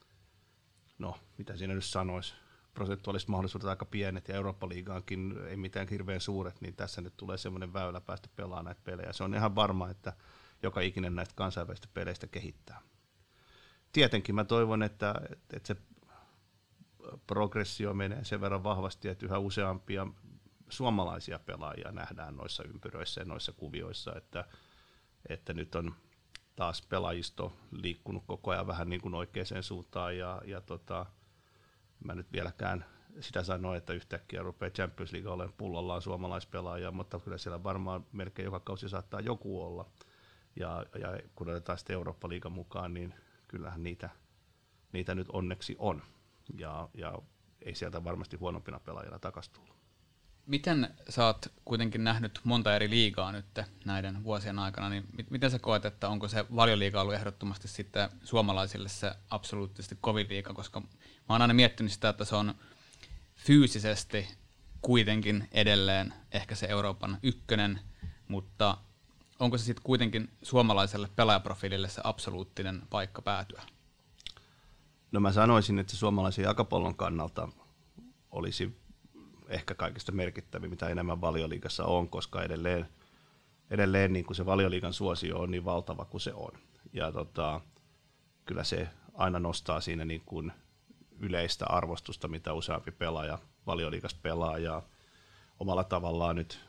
[SPEAKER 1] no, mitä siinä nyt sanoisi, prosentuaaliset mahdollisuudet aika pienet ja Eurooppa-liigaankin ei mitään hirveän suuret, niin tässä nyt tulee semmoinen väylä päästä pelaamaan näitä pelejä. Se on ihan varma, että joka ikinen näistä kansainvälisistä peleistä kehittää. Tietenkin mä toivon, että se progressio menee sen verran vahvasti, että yhä useampia suomalaisia pelaajia nähdään noissa ympyröissä ja noissa kuvioissa, että nyt on taas pelaajisto liikkunut koko ajan vähän niin kuin oikeaan suuntaan ja mä nyt vieläkään sitä sanoa, että yhtäkkiä rupeaa Champions League olemaan pullollaan suomalaispelaajia, mutta kyllä siellä varmaan melkein joka kausi saattaa joku olla. Ja kun otetaan sitten Eurooppa-liigan mukaan, niin kyllähän niitä nyt onneksi on. Ja ei sieltä varmasti huonompina pelaajina takaisin tullut.
[SPEAKER 2] Miten sä oot kuitenkin nähnyt monta eri liigaa nyt näiden vuosien aikana, niin miten sä koet, että onko se Valioliiga ollut ehdottomasti sitten suomalaisille se absoluuttisesti kovin liiga, koska mä oon aina miettinyt sitä, että se on fyysisesti kuitenkin edelleen ehkä se Euroopan ykkönen, mutta onko se sitten kuitenkin suomalaiselle pelaajaprofiilille se absoluuttinen paikka päätyä?
[SPEAKER 1] No mä sanoisin, että se suomalaisen jalkapallon kannalta olisi ehkä kaikista merkittävin, mitä enemmän Valioliigassa on, koska edelleen niin kuin se Valioliigan suosio on niin valtava kuin se on. Ja kyllä se aina nostaa siinä niin kuin yleistä arvostusta, mitä useampi pelaaja Valioliigassa pelaa, ja omalla tavallaan nyt,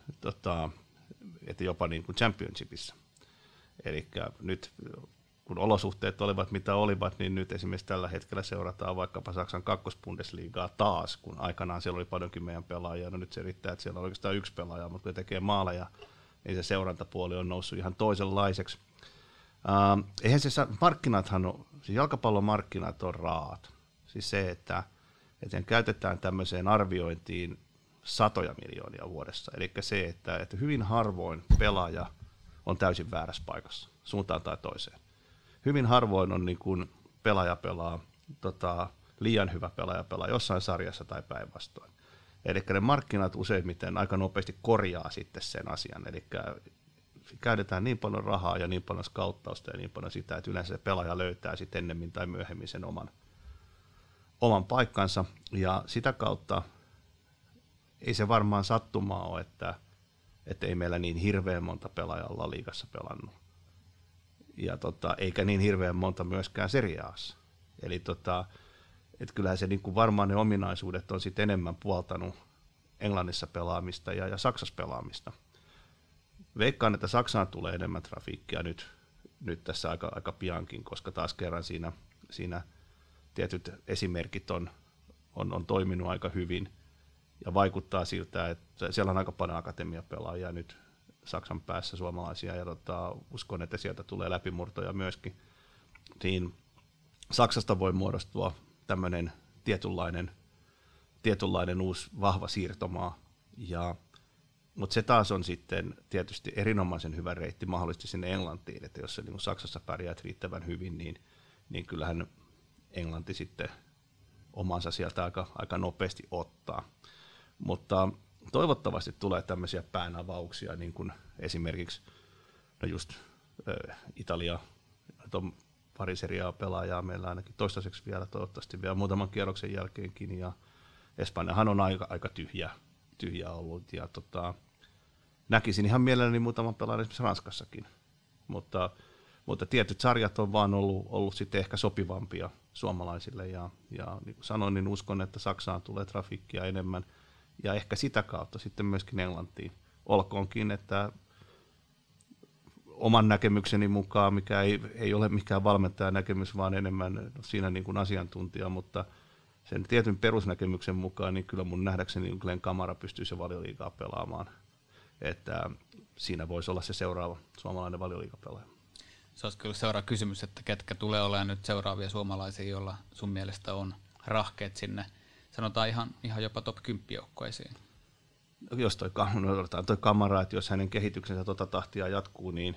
[SPEAKER 1] että jopa niin kuin Championshipissa. Eli nyt kun olosuhteet olivat mitä olivat, niin nyt esimerkiksi tällä hetkellä seurataan vaikkapa Saksan kakkosbundesliigaa taas, kun aikanaan siellä oli paljonkin meidän pelaajia. No nyt se riittää, että siellä on oikeastaan yksi pelaaja, mutta kun tekee maaleja, niin se seurantapuoli on noussut ihan toisenlaiseksi. Eihän se markkinathan, siis jalkapallon markkinat on raat. Siis se, että käytetään tämmöiseen arviointiin satoja miljoonia vuodessa. Eli se, että hyvin harvoin pelaaja on täysin väärässä paikassa, suuntaan tai toiseen. Hyvin harvoin on niin kuin pelaaja pelaa, liian hyvä pelaaja pelaa jossain sarjassa tai päinvastoin. Eli ne markkinat useimmiten aika nopeasti korjaa sitten sen asian. Eli käytetään niin paljon rahaa ja niin paljon skauttausta ja niin paljon sitä, että yleensä se pelaaja löytää sitten ennemmin tai myöhemmin sen oman paikkansa. Ja sitä kautta ei se varmaan sattumaa ole, että ei meillä niin hirveän monta pelaajalla liigassa pelannut. Ja eikä niin hirveän monta myöskään Serie A:ssa. Eli että kyllähän se niin kuin varmaan ne ominaisuudet on sitten enemmän puoltanut Englannissa pelaamista ja Saksassa pelaamista. Veikkaan, että Saksaan tulee enemmän trafiikkia nyt tässä aika piankin, koska taas kerran siinä tietyt esimerkit on toiminut aika hyvin ja vaikuttaa siltä, että siellä on aika paljon akatemiapelaajia nyt Saksan päässä suomalaisia ja uskon, että sieltä tulee läpimurtoja myöskin. Siinä Saksasta voi muodostua tämmöinen tietynlainen uusi vahva siirtomaa, mutta se taas on sitten tietysti erinomaisen hyvä reitti mahdollisesti sinne Englantiin, että jos se niin Saksassa pärjäät riittävän hyvin, niin kyllähän Englanti sitten omansa sieltä aika nopeasti ottaa. Mutta toivottavasti tulee tämmöisiä päänavauksia, niin kuin esimerkiksi just Italia, on pari seriaa pelaajaa meillä ainakin toistaiseksi vielä, toivottavasti vielä muutaman kierroksen jälkeenkin, ja Espanjahan on aika tyhjä ollut, ja näkisin ihan mielelläni muutaman pelaajan esimerkiksi Ranskassakin, mutta tietyt sarjat on vaan ollut sitten ehkä sopivampia suomalaisille, ja niin kuin sanoin, niin uskon, että Saksaan tulee trafiikkia enemmän, ja ehkä sitä kautta sitten myöskin Englantiin. Olkoonkin, että oman näkemykseni mukaan, mikä ei ole mikään valmentajan näkemys, vaan enemmän siinä niin kuin asiantuntija, mutta sen tietyn perusnäkemyksen mukaan, niin kyllä mun nähdäkseni Glenn Kamara pystyy se Valioliigaa pelaamaan. Että siinä voisi olla se seuraava suomalainen Valioliigapelaaja.
[SPEAKER 2] Se olisi kyllä seuraava kysymys, että ketkä tulee olemaan nyt seuraavia suomalaisia, joilla sun mielestä on rahkeet sinne, sanotaan ihan jopa top 10 joukkueisiin.
[SPEAKER 1] Jos toi Kamara, että jos hänen kehityksensä tahtia jatkuu, niin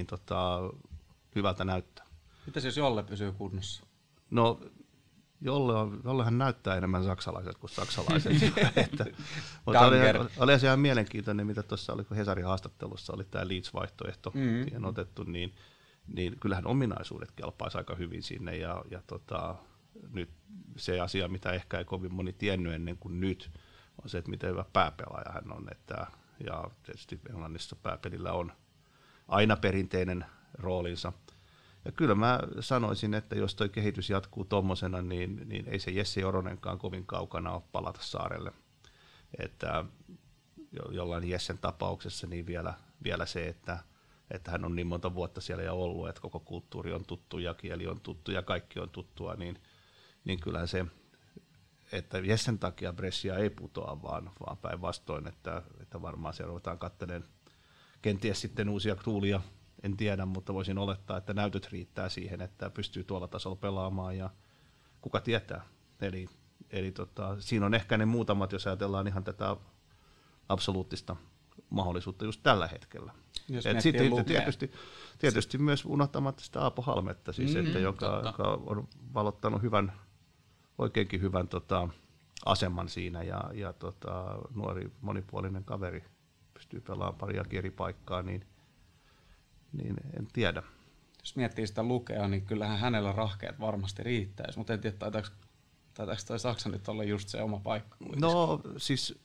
[SPEAKER 1] hyvältä näyttää.
[SPEAKER 4] Mitäs jos Jolle pysyy kunnossa?
[SPEAKER 1] No Jollehan näyttää enemmän saksalaiset kuin saksalaiset. Mutta oli se ihan mielenkiintoinen, mitä tuossa oli, kun Hesarin haastattelussa oli tämä Leeds-vaihtoehto siihen otettu, niin kyllähän ominaisuudet kelpaisi aika hyvin sinne. Ja nyt se asia, mitä ehkä ei kovin moni tiennyt ennen kuin nyt, on se, että miten hyvä pääpelaaja hän on. Ja tietysti Englannissa pääpelillä on aina perinteinen roolinsa. Ja kyllä mä sanoisin, että jos toi kehitys jatkuu tommosena, niin ei se Jesse Oronenkaan kovin kaukana ole palata saarelle. Että jollain Jessen tapauksessa niin vielä se, että hän on niin monta vuotta siellä jo ollut, että koko kulttuuri on tuttu ja kieli on tuttu ja kaikki on tuttua, niin kyllähän se, että Jessen takia Brescia ei putoa, vaan päinvastoin, että varmaan siellä ruvetaan katselemaan kenties sitten uusia tuulia. En tiedä, mutta voisin olettaa, että näytöt riittää siihen, että pystyy tuolla tasolla pelaamaan ja kuka tietää. Eli siinä on ehkä ne muutamat, jos ajatellaan ihan tätä absoluuttista mahdollisuutta just tällä hetkellä. Sitten tietysti myös unohtamatta sitä Aapo Halmetta, siis, joka on valottanut oikeinkin hyvän aseman siinä ja nuori monipuolinen kaveri pystyy pelaamaan pariakin eri paikkaa, niin niin en tiedä.
[SPEAKER 4] Jos miettii sitä Lukea, niin kyllähän hänellä rahkeet varmasti riittäisi, mutta en tiedä, taitaako toi Saksa nyt olla just se oma paikka?
[SPEAKER 1] No siis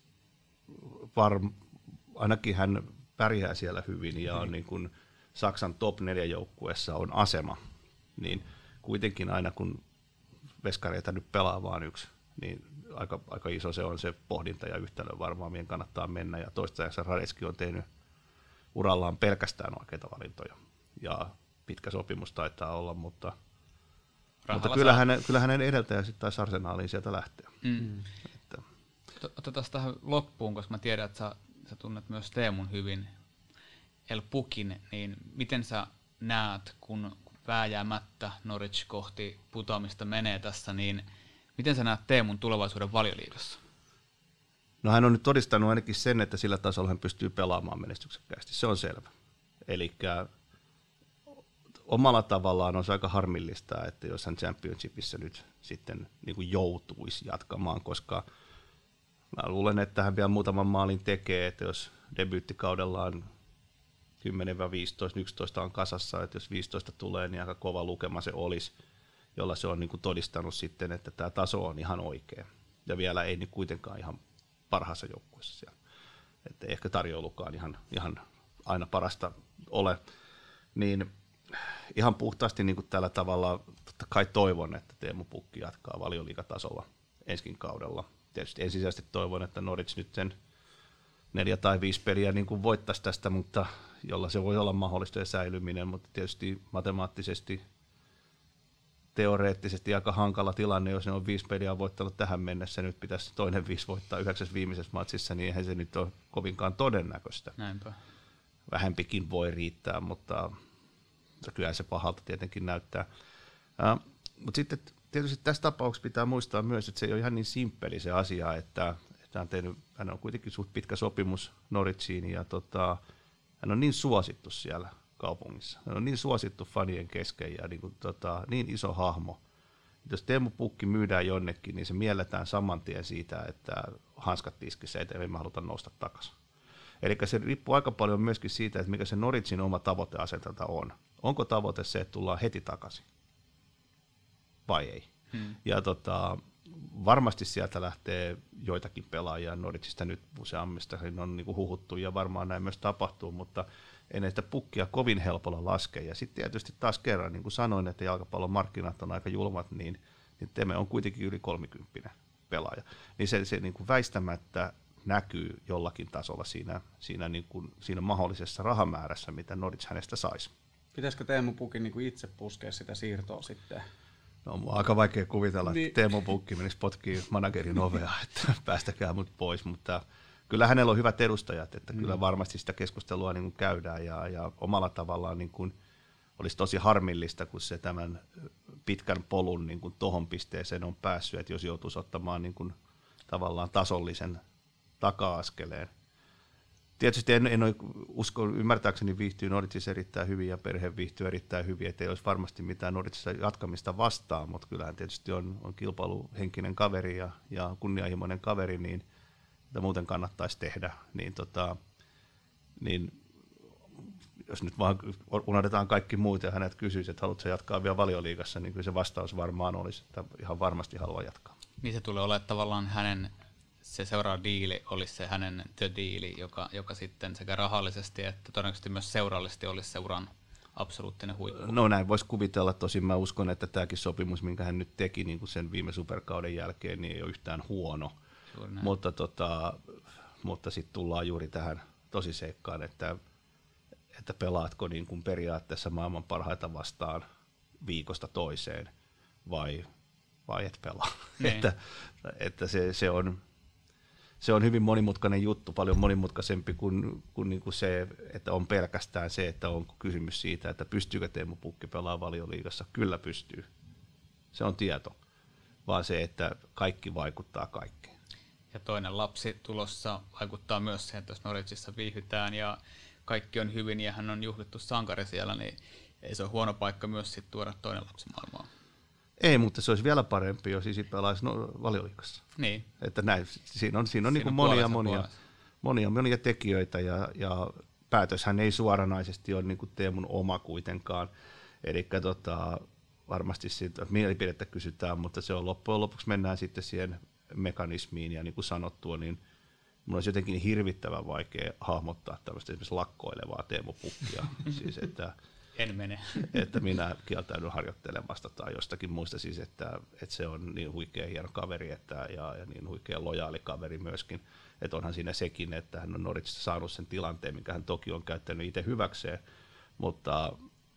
[SPEAKER 1] ainakin hän pärjää siellä hyvin ja on niin kuin Saksan top 4 joukkueessa on asema, niin kuitenkin aina kun veskareita nyt pelaa vaan yksi, niin aika iso se on se pohdinta ja yhtälö varmaan, mihin kannattaa mennä. Ja toistaiseksi Radetzky on tehnyt urallaan pelkästään oikeita valintoja. Ja pitkä sopimus taitaa olla, mutta kyllä hänen edeltäjä sitten taisi Arsenaaliin sieltä lähteä.
[SPEAKER 2] Otetaan tähän loppuun, koska mä tiedän, että sä tunnet myös Teemun hyvin, El Pukin, niin miten sä näet, kun vääjäämättä Norwich kohti putoamista menee tässä, niin miten sä näet Teemun tulevaisuuden Valioliigassa?
[SPEAKER 1] No hän on nyt todistanut ainakin sen, että sillä tasolla hän pystyy pelaamaan menestyksekkäästi, se on selvä. Elikkä omalla tavallaan on aika harmillista, että jos hän Championshipissa nyt sitten niin kuin joutuisi jatkamaan, koska mä luulen, että hän vielä muutaman maalin tekee, että jos debyyttikaudellaan 10-15-11 on kasassa, että jos 15 tulee, niin aika kova lukema se olisi, jolla se on niin kuin todistanut sitten, että tämä taso on ihan oikea. Ja vielä ei niin kuitenkaan ihan parhaassa joukkueessa siellä. Että ehkä tarjoulukaan ihan aina parasta ole. Niin ihan puhtaasti niin kuin tällä tavalla totta kai toivon, että Teemu Pukki jatkaa Valioliigatasolla ensin kaudella. Tietysti ensisijaisesti toivon, että Norwich nyt sen 4 tai 5 peliä niin kuin voittaisi tästä, mutta jolla se voi olla mahdollista ja säilyminen, mutta tietysti matemaattisesti, teoreettisesti aika hankala tilanne, jos ne on 5 peliä voittanut tähän mennessä, nyt pitäisi toinen 5 voittaa 9 viimeisessä matsissa, niin eihän se nyt ole kovinkaan todennäköistä.
[SPEAKER 2] Näinpä.
[SPEAKER 1] Vähempikin voi riittää, mutta kyllä se pahalta tietenkin näyttää. Mutta sitten tietysti tässä tapauksessa pitää muistaa myös, että se ei ole ihan niin simppeli se asia, että hän on kuitenkin suht pitkä sopimus Norwichiin ja hän on niin suosittu siellä kaupungissa. Hän on niin suosittu fanien kesken ja niin iso hahmo. Jos Teemu Pukki myydään jonnekin, niin se mielletään saman tien siitä, että hanskat tiskissä, ettei me haluta nousta takaisin. Eli se riippuu aika paljon myöskin siitä, että mikä se Norwichin oma tavoiteasetanta on. Onko tavoite se, että tullaan heti takaisin vai ei? Ja varmasti sieltä lähtee joitakin pelaajia Norwichista nyt useammista, on niin kuin huhuttu ja varmaan näin myös tapahtuu, mutta ei näistä Pukkia kovin helpolla laske. Ja sitten tietysti taas kerran, niin kuin sanoin, että jalkapallon markkinat on aika julmat, niin Teme on kuitenkin yli 30 pelaaja. Niin se niin kuin väistämättä näkyy jollakin tasolla siinä mahdollisessa rahamäärässä, mitä Norwich hänestä saisi.
[SPEAKER 4] Pitäisikö Teemu Pukin niin kuin itse puskea sitä siirtoa sitten?
[SPEAKER 1] No, on aika vaikea kuvitella, että Teemu Pukki menisi potkii managerin ovea, että päästäkää mut pois, mutta kyllä hänellä on hyvät edustajat, että kyllä varmasti sitä keskustelua niin kuin käydään ja omalla tavallaan niin kuin olisi tosi harmillista, kun se tämän pitkän polun niin kuin tohon pisteeseen on päässyt, että jos joutuisi ottamaan niin kuin tavallaan tasollisen taka-askeleen. Tietysti en usko, ymmärtääkseni viihtyy Norwichissa erittäin hyvin ja perhe viihtyy erittäin hyvin, ettei olisi varmasti mitään Norwichissa jatkamista vastaan, mutta kyllähän tietysti on kilpailuhenkinen kaveri ja kunnianhimoinen kaveri, niin mitä muuten kannattaisi tehdä, niin jos nyt vaan unohdetaan kaikki muut ja hänet kysyisi, että haluatko jatkaa vielä Valioliigassa, niin kyllä se vastaus varmaan olisi, että ihan varmasti haluaa jatkaa.
[SPEAKER 2] Niin se tulee olemaan tavallaan se seuraava diili olisi se hänen diili, joka sitten sekä rahallisesti että todennäköisesti myös seurallisesti olisi seuran absoluuttinen huippu.
[SPEAKER 1] No näin voisi kuvitella, tosin mä uskon, että tämäkin sopimus, minkä hän nyt teki niin kuin sen viime superkauden jälkeen, niin ei ole yhtään huono. Mutta sitten tullaan juuri tähän tosiseikkaan, että pelaatko niin kuin periaatteessa maailman parhaita vastaan viikosta toiseen vai et pelaa. että se on hyvin monimutkainen juttu, paljon monimutkaisempi kuin niinku se, että on pelkästään se, että onko kysymys siitä, että pystyykö Teemu Pukki pelaamaan Valioliigassa. Kyllä pystyy. Se on tieto. Vaan se, että kaikki vaikuttaa kaikkeen.
[SPEAKER 2] Ja toinen lapsi tulossa vaikuttaa myös siihen, että jos Norwichissa viihdytään ja kaikki on hyvin ja hän on juhlittu sankari siellä, niin ei se ole huono paikka myös sit tuoda toinen lapsi maailmaan.
[SPEAKER 1] Ei, mutta se olisi vielä parempi, jos isi pelaisi Valioliigassa.
[SPEAKER 2] Niin.
[SPEAKER 1] Että näin, siinä on niin kuin monia tekijöitä ja päätöshän ei suoranaisesti ole niin kuin Teemun oma kuitenkaan, eli varmasti siitä mielipidettä kysytään, mutta se on loppujen lopuksi mennään sitten siihen mekanismiin, ja niin kuin sanottua, niin mun olisi jotenkin hirvittävän vaikea hahmottaa tämmöistä esimerkiksi lakkoilevaa Teemu Pukkia, siis
[SPEAKER 2] en mene.
[SPEAKER 1] Että minä kieltäydyn harjoittelemasta tai jostakin muista, siis että se on niin huikea hieno kaveri ja niin huikea lojaali kaveri myöskin, että onhan siinä sekin, että hän on Norwichista saanut sen tilanteen, minkä hän toki on käyttänyt itse hyväkseen, mutta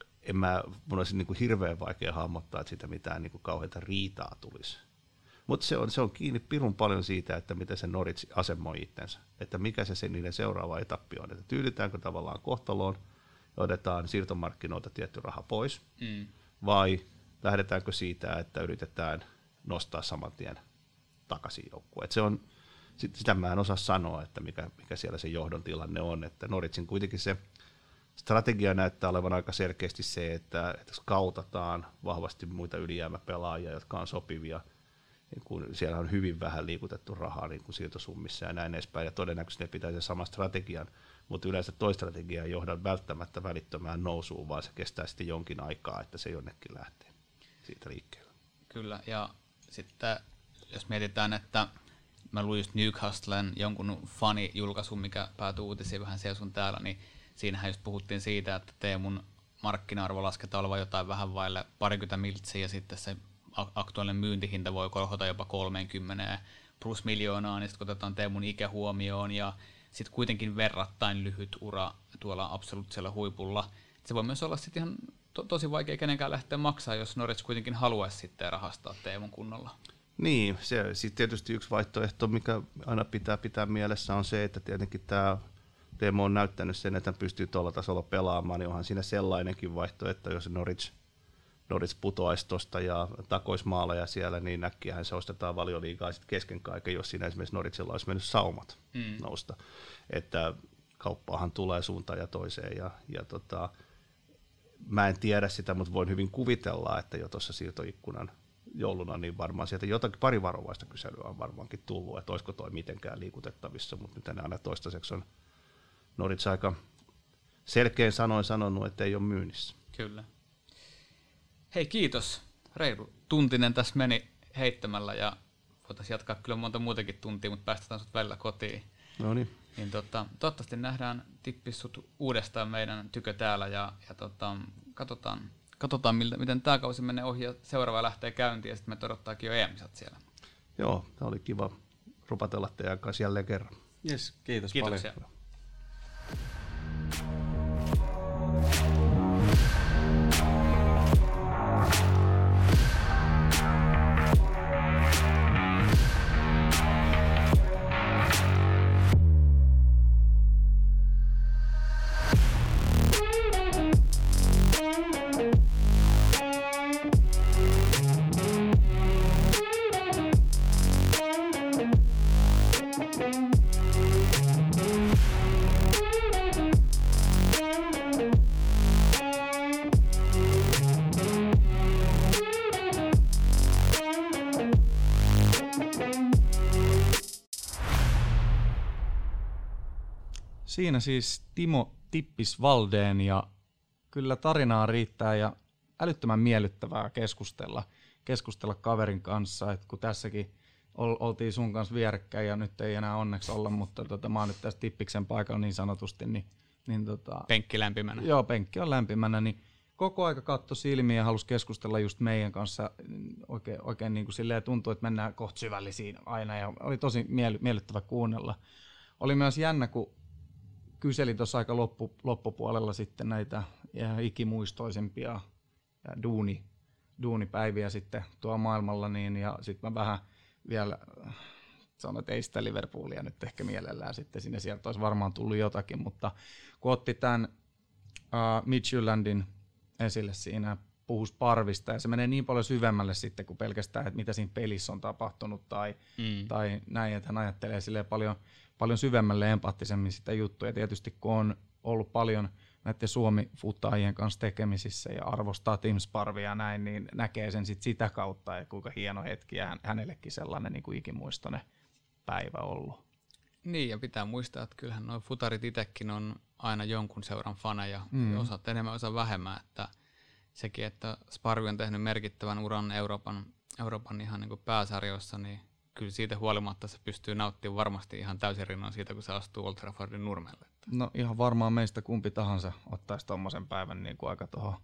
[SPEAKER 1] mun olisi niin kuin hirveän vaikea hahmottaa, että siitä mitään niin kuin kauheita riitaa tulisi. Mutta se on kiinni pirun paljon siitä, että miten se Norwich asemoi itsensä, että mikä se niiden seuraava etappi on, että tyydytäänkö tavallaan kohtaloon, otetaan siirtomarkkinoilta tietty raha pois, vai lähdetäänkö siitä, että yritetään nostaa saman tien takaisin joukkueen. Sitä mä en osaa sanoa, että mikä siellä se johdon tilanne on, että Norwichin kuitenkin se strategia näyttää olevan aika selkeästi se, että skautataan vahvasti muita ylijäämäpelaajia, jotka on sopivia, kun siellä on hyvin vähän liikutettu rahaa niin kuin siirtosummissa ja näin edespäin, ja todennäköisesti ne pitää sen saman strategian, mutta yleensä toi strategia ei johda välttämättä välittömään nousuun, vaan se kestää sitten jonkin aikaa, että se jonnekin lähtee siitä liikkeelle.
[SPEAKER 2] Kyllä, ja sitten jos mietitään, että mä luin just Newcastlen jonkun fanijulkaisun, mikä päätyi uutisiin vähän siellä sun täällä, niin siinähän just puhuttiin siitä, että Teemun markkina-arvo lasketaan olevan jotain vähän vaille 20 miltsiä, ja sitten se aktuaalinen myyntihinta voi kolhota jopa 30 plus miljoonaa, niin sitten kun otetaan Teemun ikä huomioon, ja sitten kuitenkin verrattain lyhyt ura tuolla absoluuttisella huipulla. Se voi myös olla sitten ihan tosi vaikea kenenkään lähteä maksaa, jos Norwich kuitenkin haluaisi sitten rahastaa Teemun kunnolla.
[SPEAKER 1] Niin, se sitten tietysti yksi vaihtoehto, mikä aina pitää mielessä, on se, että tietenkin tämä Teemu on näyttänyt sen, että hän pystyy tuolla tasolla pelaamaan, niin onhan siinä sellainenkin vaihtoehto, jos Norwich putoaisi tuosta ja takoisi maaleja siellä, niin näkkiähän se ostetaan Valioliigaa sitten kesken kaiken, jos siinä esimerkiksi Norwichilla olisi mennyt saumat nousta. Että kauppaahan tulee suuntaan ja toiseen. Mä en tiedä sitä, mutta voin hyvin kuvitella, että jo tuossa siirtoikkunan jouluna, niin varmaan sieltä jotakin pari varovaista kyselyä on varmaankin tullut, että olisiko toi mitenkään liikutettavissa, mutta nyt aina toistaiseksi on Norwich aika selkeän sanoin sanonut, että ei ole myynnissä.
[SPEAKER 2] Kyllä. Hei, kiitos. Reilu tuntinen tässä meni heittämällä ja voitaisiin jatkaa kyllä monta muutakin tuntia, mutta päästetään sut välillä kotiin.
[SPEAKER 1] No niin.
[SPEAKER 2] Niin toivottavasti nähdään tippissut uudestaan meidän tykö täällä ja katsotaan miten tämä kausi menee ohi ja seuraava lähtee käyntiin ja sitten me odottaakin jo EM-kisat siellä.
[SPEAKER 1] Joo, tämä oli kiva rupatella teidän kanssa jälleen kerran.
[SPEAKER 4] Yes, kiitoksia paljon.
[SPEAKER 3] Siinä siis Timo tippis Valdeen ja kyllä tarinaa riittää ja älyttömän miellyttävää keskustella kaverin kanssa, että kun tässäkin oltiin sun kanssa vierekkäin ja nyt ei enää onneksi olla, mutta mä oon nyt tässä tippiksen paikalla niin sanotusti. Niin
[SPEAKER 2] penkki lämpimänä.
[SPEAKER 3] Joo, penkki on lämpimänä, niin koko aika katto silmiä ja halusi keskustella just meidän kanssa. Oikein niin kuin silleen tuntui, että mennään kohta syvällisiin aina ja oli tosi miellyttävä kuunnella. Oli myös jännä, kun kyselin tuossa aika loppupuolella sitten näitä ikimuistoisempia duunipäiviä sitten tuolla maailmalla, niin, ja sitten mä vähän vielä sanon, että ei sitä Liverpoolia nyt ehkä mielellään sitten sinne, sieltä olisi varmaan tullut jotakin, mutta kun otti tämän Midtjyllandin esille siinä, puhuisi parvista, ja se menee niin paljon syvemmälle sitten kuin pelkästään, että mitä siinä pelissä on tapahtunut tai näin, että hän ajattelee silleen paljon syvemmälle empaattisemmin sitä juttua, ja tietysti kun on ollut paljon näiden Suomi-futtaajien kanssa tekemisissä ja arvostaa Tim Sparvia ja näin, niin näkee sen sit sitä kautta, ja kuinka hieno hetki ja hänellekin sellainen niin kuin ikimuistoinen päivä ollut.
[SPEAKER 2] Niin, ja pitää muistaa, että kyllähän nuo futarit itsekin on aina jonkun seuran faneja, osat enemmän, osa vähemmän, että sekin, että Sparvi on tehnyt merkittävän uran Euroopan ihan niin kuin pääsarjoissa, niin kyllä siitä huolimatta se pystyy nauttimaan varmasti ihan täysin rinnan siitä, kun se astuu Old Traffordin nurmelle.
[SPEAKER 3] No ihan varmaan meistä kumpi tahansa ottaisi tommosen päivän niin kuin aika tuohon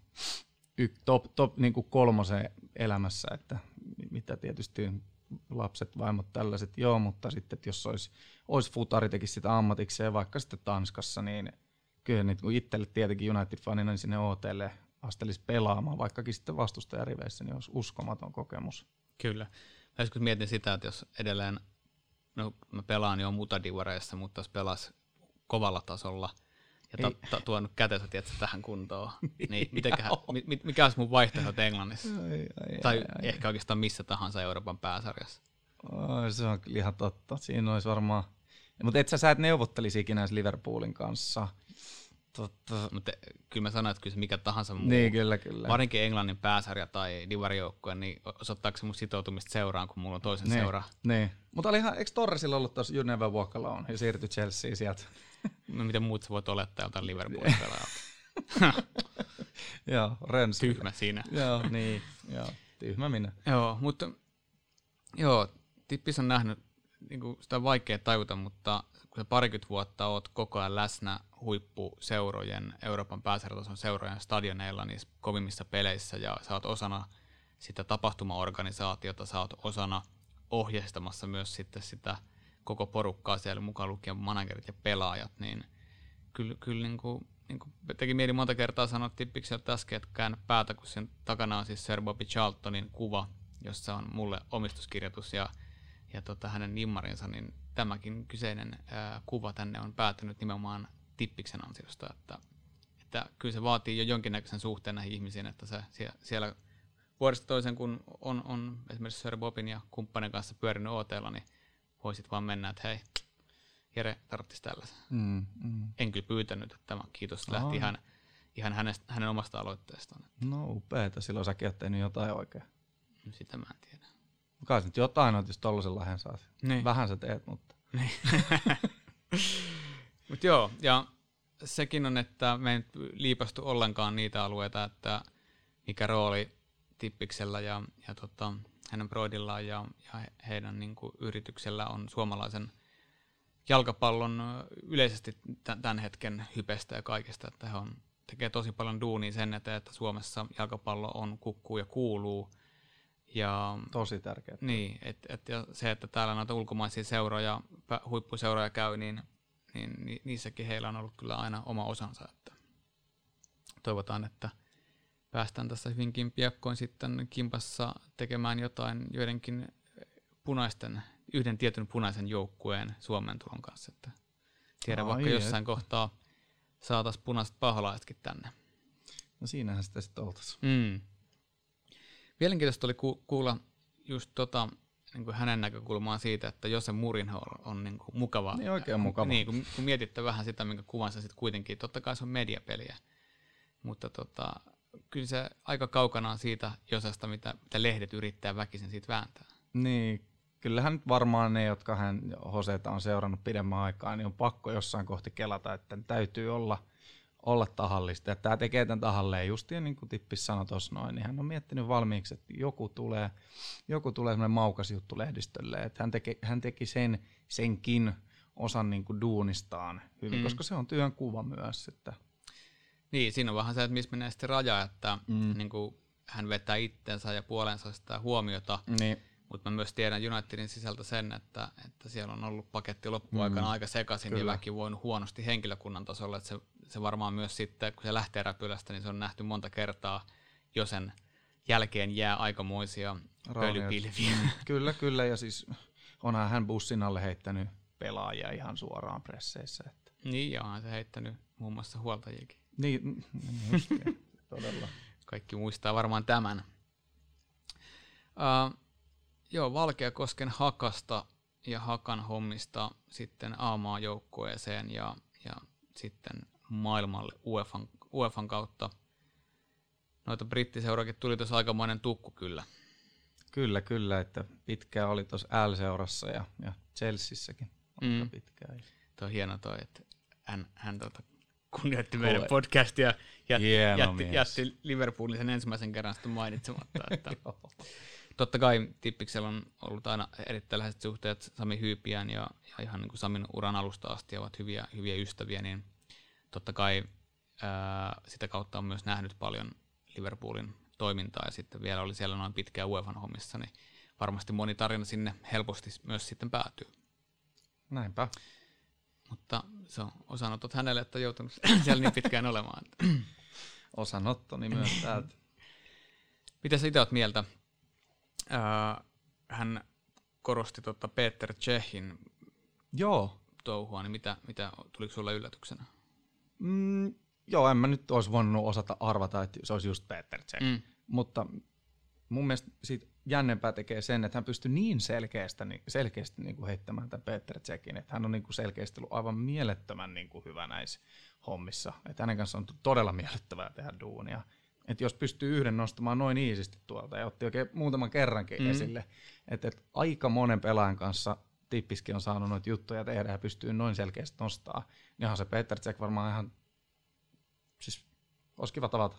[SPEAKER 3] top niin kuin 3 elämässä, että mitä tietysti lapset, vaimot, tällaiset, joo, mutta sitten että jos olisi futari, tekisi sitä ammatikseen vaikka sitten Tanskassa, niin kyllä niin kun itselle tietenkin United-fanina niin sinne OTlle astelisi pelaamaan, vaikkakin sitten vastustajariveissä, niin olisi uskomaton kokemus.
[SPEAKER 2] Kyllä. Joskus mietin sitä, että jos edelleen, no mä pelaan jo mutadivareissa, mutta jos pelas kovalla tasolla ja tuonut kätensä tietysti tähän kuntoon, niin mikä olisi mun vaihtoehdot Englannissa? Tai ehkä oikeastaan missä tahansa Euroopan pääsarjassa.
[SPEAKER 3] Se on kyllä ihan totta. Siinä olisi varmaan, mutta sä et neuvottelisi ikinä Liverpoolin kanssa. Totta.
[SPEAKER 2] Mutta kyllä mä sanoin, että kyllä se mikä tahansa muu,
[SPEAKER 3] niin, kyllä.
[SPEAKER 2] Varinkin Englannin pääsarja tai divarijoukkue, niin osoittaako se mun sitoutumista seuraan, kun mulla on toisen seuraa?
[SPEAKER 3] Niin. Mutta eikö Torresilla ollut tuossa You Never Walk Alone ja siirtyi Chelseaan sieltä?
[SPEAKER 2] No miten muut sä voit olettaa jotain Liverpoolin pelaajalta?
[SPEAKER 3] Joo, Rens.
[SPEAKER 2] Tyhmä siinä.
[SPEAKER 3] Joo, niin. Joo, tyhmä minä.
[SPEAKER 2] Joo, mutta Tippis on nähnyt, niin sitä on vaikea tajuta, mutta kun sä 20 vuotta oot koko ajan läsnä huippuseurojen, Euroopan pääsarjatason seurojen stadioneilla niissä kovimmissa peleissä, ja sä oot osana sitä tapahtumaorganisaatiota, sä oot osana ohjeistamassa myös sitten sitä koko porukkaa siellä, mukaan lukien managerit ja pelaajat, niin kyllä niin kuin teki mieli monta kertaa sanoa Tippikseltä äsken, että käännä päätä, kun sen takana on siis Sir Bobby Charltonin kuva, jossa on mulle omistuskirjoitus ja hänen nimmarinsa, niin tämäkin kyseinen kuva tänne on päätynyt nimenomaan Tippiksen ansiosta, että kyllä se vaatii jo jonkinnäköisen suhteen näihin ihmisiin, että se siellä vuodesta toisen, kun on esimerkiksi Sir Bobin ja kumppanin kanssa pyörinyt OT:lla, niin voisit vaan mennä, että hei, Jere tarvitsisi tällaisen. En kyllä pyytänyt, että tämä kiitos lähti ihan hänen omasta aloitteestaan.
[SPEAKER 3] No upeeta, silloin säkin oot tehnyt jotain oikein.
[SPEAKER 2] Sitä mä en tiedä.
[SPEAKER 3] Kai nyt jotain on, jos tollasen lähen saa.
[SPEAKER 2] Niin.
[SPEAKER 3] Vähän sä teet, mutta.
[SPEAKER 2] Niin. Mut joo, ja sekin on, että me ei liipastu ollenkaan niitä alueita, että mikä rooli Tippiksellä ja hänen Broidillaan ja heidän niin kuin yrityksellä on suomalaisen jalkapallon yleisesti tämän hetken hypestä ja kaikesta, että he tekee tosi paljon duunia sen eteen, että Suomessa jalkapallo on kukkuu ja kuuluu. Ja,
[SPEAKER 3] tosi tärkeää.
[SPEAKER 2] Niin, ja se, että täällä noita ulkomaisia seuroja, huippuseuroja käy, niin niissäkin heillä on ollut kyllä aina oma osansa. Että toivotaan, että päästään tässä hyvinkin piakkoin sitten kimpassa tekemään jotain joidenkin yhden tietyn punaisen joukkueen Suomen tulon kanssa. Että tiedän vaikka jossain kohtaa saataisiin punaiset paholaisetkin tänne.
[SPEAKER 3] No siinähän sitä sitten oltaisiin.
[SPEAKER 2] Mielenkiintoista oli kuulla just niin kuin hänen näkökulmaan siitä, että jos se Mourinho on niin kuin mukava.
[SPEAKER 3] Niin oikein mukava.
[SPEAKER 2] Niin, kun mietitte vähän sitä, minkä kuvansa sitten kuitenkin, totta kai se on mediapeliä, mutta kyllä se aika kaukana on siitä josasta, mitä lehdet yrittää väkisin siitä vääntää.
[SPEAKER 3] Niin, kyllähän nyt varmaan ne, jotka Joseita on seurannut pidemmän aikaa, niin on pakko jossain kohti kelata, että täytyy olla tahallista. Ja tämä tekee tämän tahalleen, justiin niin kuin Tippis sanoi tuossa noin, niin hän on miettinyt valmiiksi, että joku tulee semmoinen maukas juttu lehdistölle, että hän teki senkin osan niin kuin duunistaan hyvin, koska se on työn kuva myös. Että.
[SPEAKER 2] Niin, siinä on vähän se, että missä menee sitten raja, että niin kuin hän vetää itsensä ja puolensa sitä huomiota, mutta mä myös tiedän Unitedin sisältä sen, että siellä on ollut paketti loppuaikana aika sekaisin ja väki voinut huonosti henkilökunnan tasolla, että se varmaan myös sitten, kun se lähtee räpylästä, niin se on nähty monta kertaa, jo sen jälkeen jää aikamoisia pölypilviä.
[SPEAKER 3] Kyllä, ja siis onhan hän bussin alle heittänyt pelaajia ihan suoraan presseissä. Että.
[SPEAKER 2] Niin, ja onhan se heittänyt muun muassa huoltajiakin.
[SPEAKER 3] Niin todella.
[SPEAKER 2] Kaikki muistaa varmaan tämän. Joo, Valkeakosken Hakasta ja Hakan hommista sitten A-maajoukkueeseen ja sitten maailmalle UEFan kautta. Noita brittiseurakin tuli tuossa aikamoinen tukku kyllä.
[SPEAKER 3] Kyllä, että pitkään oli tuossa L-seurassa ja Chelseassäkin aika pitkään.
[SPEAKER 2] Tuo on hieno että hän kunnioitti meidän podcastia ja jätti Liverpoolin sen ensimmäisen kerran sitten mainitsematta. Että totta kai Tippiksellä on ollut aina erittäin läheiset suhteet Sami Hyypiään ja ihan niin kuin Samin uran alusta asti ovat hyviä ystäviä, niin totta kai sitä kautta on myös nähnyt paljon Liverpoolin toimintaa ja sitten vielä oli siellä noin pitkään UEFAn hommissa, niin varmasti moni tarina sinne helposti myös sitten päätyy.
[SPEAKER 3] Näinpä.
[SPEAKER 2] Mutta se on osanotot hänelle, että on joutunut siellä niin pitkään olemaan.
[SPEAKER 3] Osanottoni myös täältä. Mitä
[SPEAKER 2] sä itse oot mieltä? Hän korosti Peter Cechin touhua, niin mitä tuliko sulle yllätyksenä?
[SPEAKER 3] Joo, en mä nyt olisi voinut osata arvata, että se olisi just Peter Cech. Mutta mun mielestä siitä jännempää tekee sen, että hän pystyy niin selkeästi niin kuin heittämään tämän Peter Cechin, että hän on niin kuin selkeästi ollut aivan mielettömän niin kuin hyvä näissä hommissa. Että hänen kanssaan on todella miellyttävää tehdä duunia. Että jos pystyy yhden nostamaan noin iisisti tuolta, ja otti oikein muutaman kerrankin esille, että aika monen pelaajan kanssa Tippiskin on saanut noita juttuja tehdä ja pystyy noin selkeästi nostaa, niin onhan se Peter Cech varmaan ihan, siis olisi kiva tavata.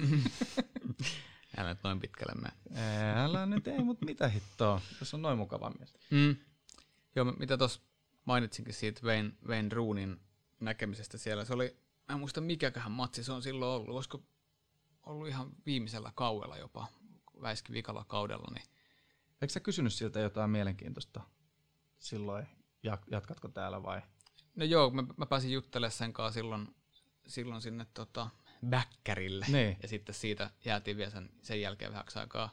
[SPEAKER 2] Älä nyt noin pitkälle mene.
[SPEAKER 3] Älä nyt ei, mutta mitä hittoa, jos on noin mukava mies.
[SPEAKER 2] Joo, mitä tuossa mainitsinkin siitä Wayne Rooneyn näkemisestä siellä, se oli, mä en muista mikäköhän matsi se on silloin ollut, olisiko ollut ihan viimeisellä kaudella jopa, väiski vikalla kaudella. Niin.
[SPEAKER 3] Eikö sä kysynyt siltä jotain mielenkiintoista silloin, jatkatko täällä vai?
[SPEAKER 2] No joo, mä pääsin juttelemaan sen kanssa silloin sinne bäkkärille.
[SPEAKER 3] Niin.
[SPEAKER 2] Ja sitten siitä jäätiin vielä sen jälkeen vähäksi aikaa.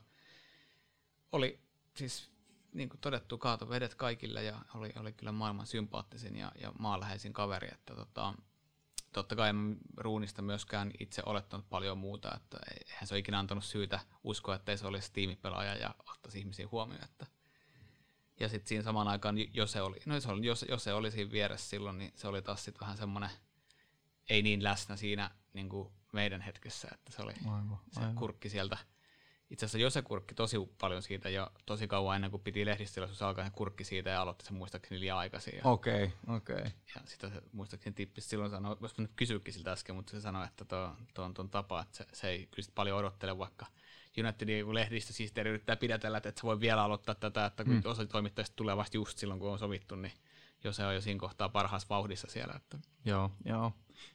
[SPEAKER 2] Oli siis niin kuin todettu kaatovedet kaikille ja oli kyllä maailman sympaattisin ja maanläheisin kaveri. Että totta kai en Rooneysta myöskään itse olettanut paljon muuta, että eihän se ole ikinä antanut syytä uskoa, että ei se olisi tiimipelaaja ja ottaisi ihmisiä huomioon. Ja sitten siinä samaan aikaan, jos se oli siinä vieressä silloin, niin se oli taas sitten vähän semmoinen, ei niin läsnä siinä niin kuin meidän hetkessä, että se oli se kurkki sieltä. Itse asiassa Jose kurkki tosi paljon siitä ja tosi kauan ennen kuin piti lehdistötilaisuus alkaa, se kurkki siitä ja aloitti se muistaakseni liian aikaisin.
[SPEAKER 3] Okei.
[SPEAKER 2] Ja sitä se muistaakseni Tippis silloin sanoi, voisi nyt kysyäkin siltä äsken, mutta se sanoi, että tuo on tapa, että se ei kyllä paljon odottele, vaikka Unitedin lehdistösihteeri yrittää pidätellä, että se voi vielä aloittaa tätä, että kun osa toimittajista tulee vasta just silloin, kun on sovittu, niin Jose on jo siinä kohtaa parhaassa vauhdissa siellä. Että.
[SPEAKER 3] Joo. Ja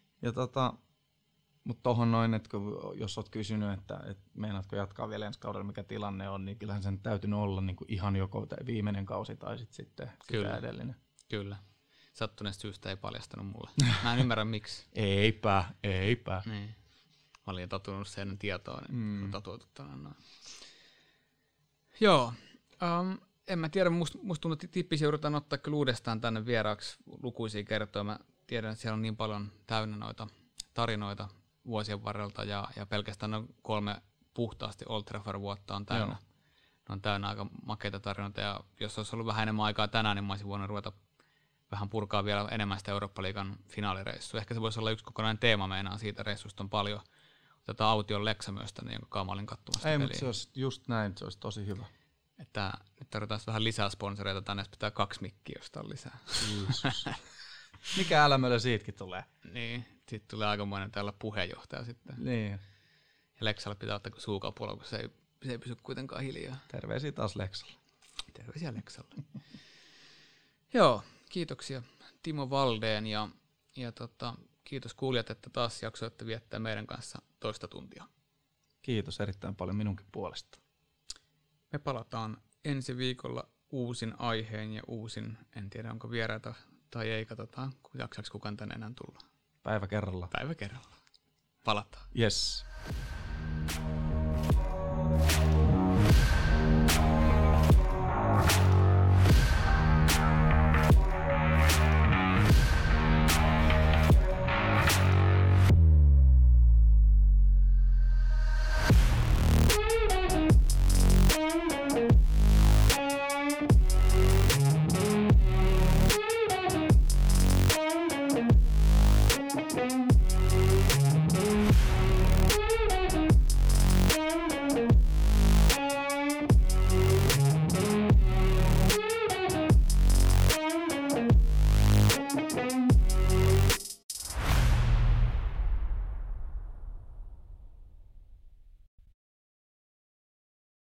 [SPEAKER 3] mutta tuohon noin, että jos olet kysynyt, että meinaatko jatkaa vielä ensi kaudella, mikä tilanne on, niin kyllähän sen täytynyt olla niin kuin ihan joko viimeinen kausi tai sitten sitä edellinen.
[SPEAKER 2] Kyllä. Sattuneesta syystä ei paljastanut mulle. Mä en ymmärrä miksi.
[SPEAKER 3] Eipä.
[SPEAKER 2] Niin. Mä olin tottunut sen tietoon. Joo. En mä tiedä, musta tuntuu, että Tippis joudutaan ottaa kyllä uudestaan tänne vieraaksi lukuisia kertoja. Mä tiedän, että siellä on niin paljon täynnä noita tarinoita vuosien varrelta ja pelkästään noin 3 puhtaasti Old Trafford-vuotta on täynnä. Ne on täynnä aika makeita tarinoita ja jos olisi ollut vähän enemmän aikaa tänään, niin mä olisin voinut ruveta vähän purkaa vielä enemmän sitä Eurooppa-liigan finaalireissua. Ehkä se voisi olla yksi kokonainen teema meinaan siitä reissusta on paljon. Otetaan Aution Leksa myös tänne, jonka kanssa mä olin katsomassa.
[SPEAKER 3] Ei, mutta se olisi just näin, se olisi tosi hyvä.
[SPEAKER 2] Että nyt tarvitaan vähän lisää sponsoreita, tänne pitää 2 mikkiä, josta on lisää.
[SPEAKER 3] Mikä älämölö siitäkin tulee?
[SPEAKER 2] Niin, siitä tulee aikamoinen täällä puheenjohtaja sitten.
[SPEAKER 3] Niin.
[SPEAKER 2] Ja Leksalle pitää ottaa suukapuolella, kun se ei pysy kuitenkaan hiljaa.
[SPEAKER 3] Terveisiä taas Leksalle.
[SPEAKER 2] Terveisiä Leksalle. Joo, kiitoksia Timo Valdén ja kiitos kuulijat, että taas jaksoitte viettää meidän kanssa 2 tuntia.
[SPEAKER 3] Kiitos erittäin paljon minunkin puolesta.
[SPEAKER 2] Me palataan ensi viikolla uusin aiheen ja uusin, en tiedä onko vieraita tai ei, katsotaan, jaksaako kukaan tänne enää tulla.
[SPEAKER 3] Päivä kerrallaan.
[SPEAKER 2] Päivä kerrallaan. Palataan.
[SPEAKER 3] Yes.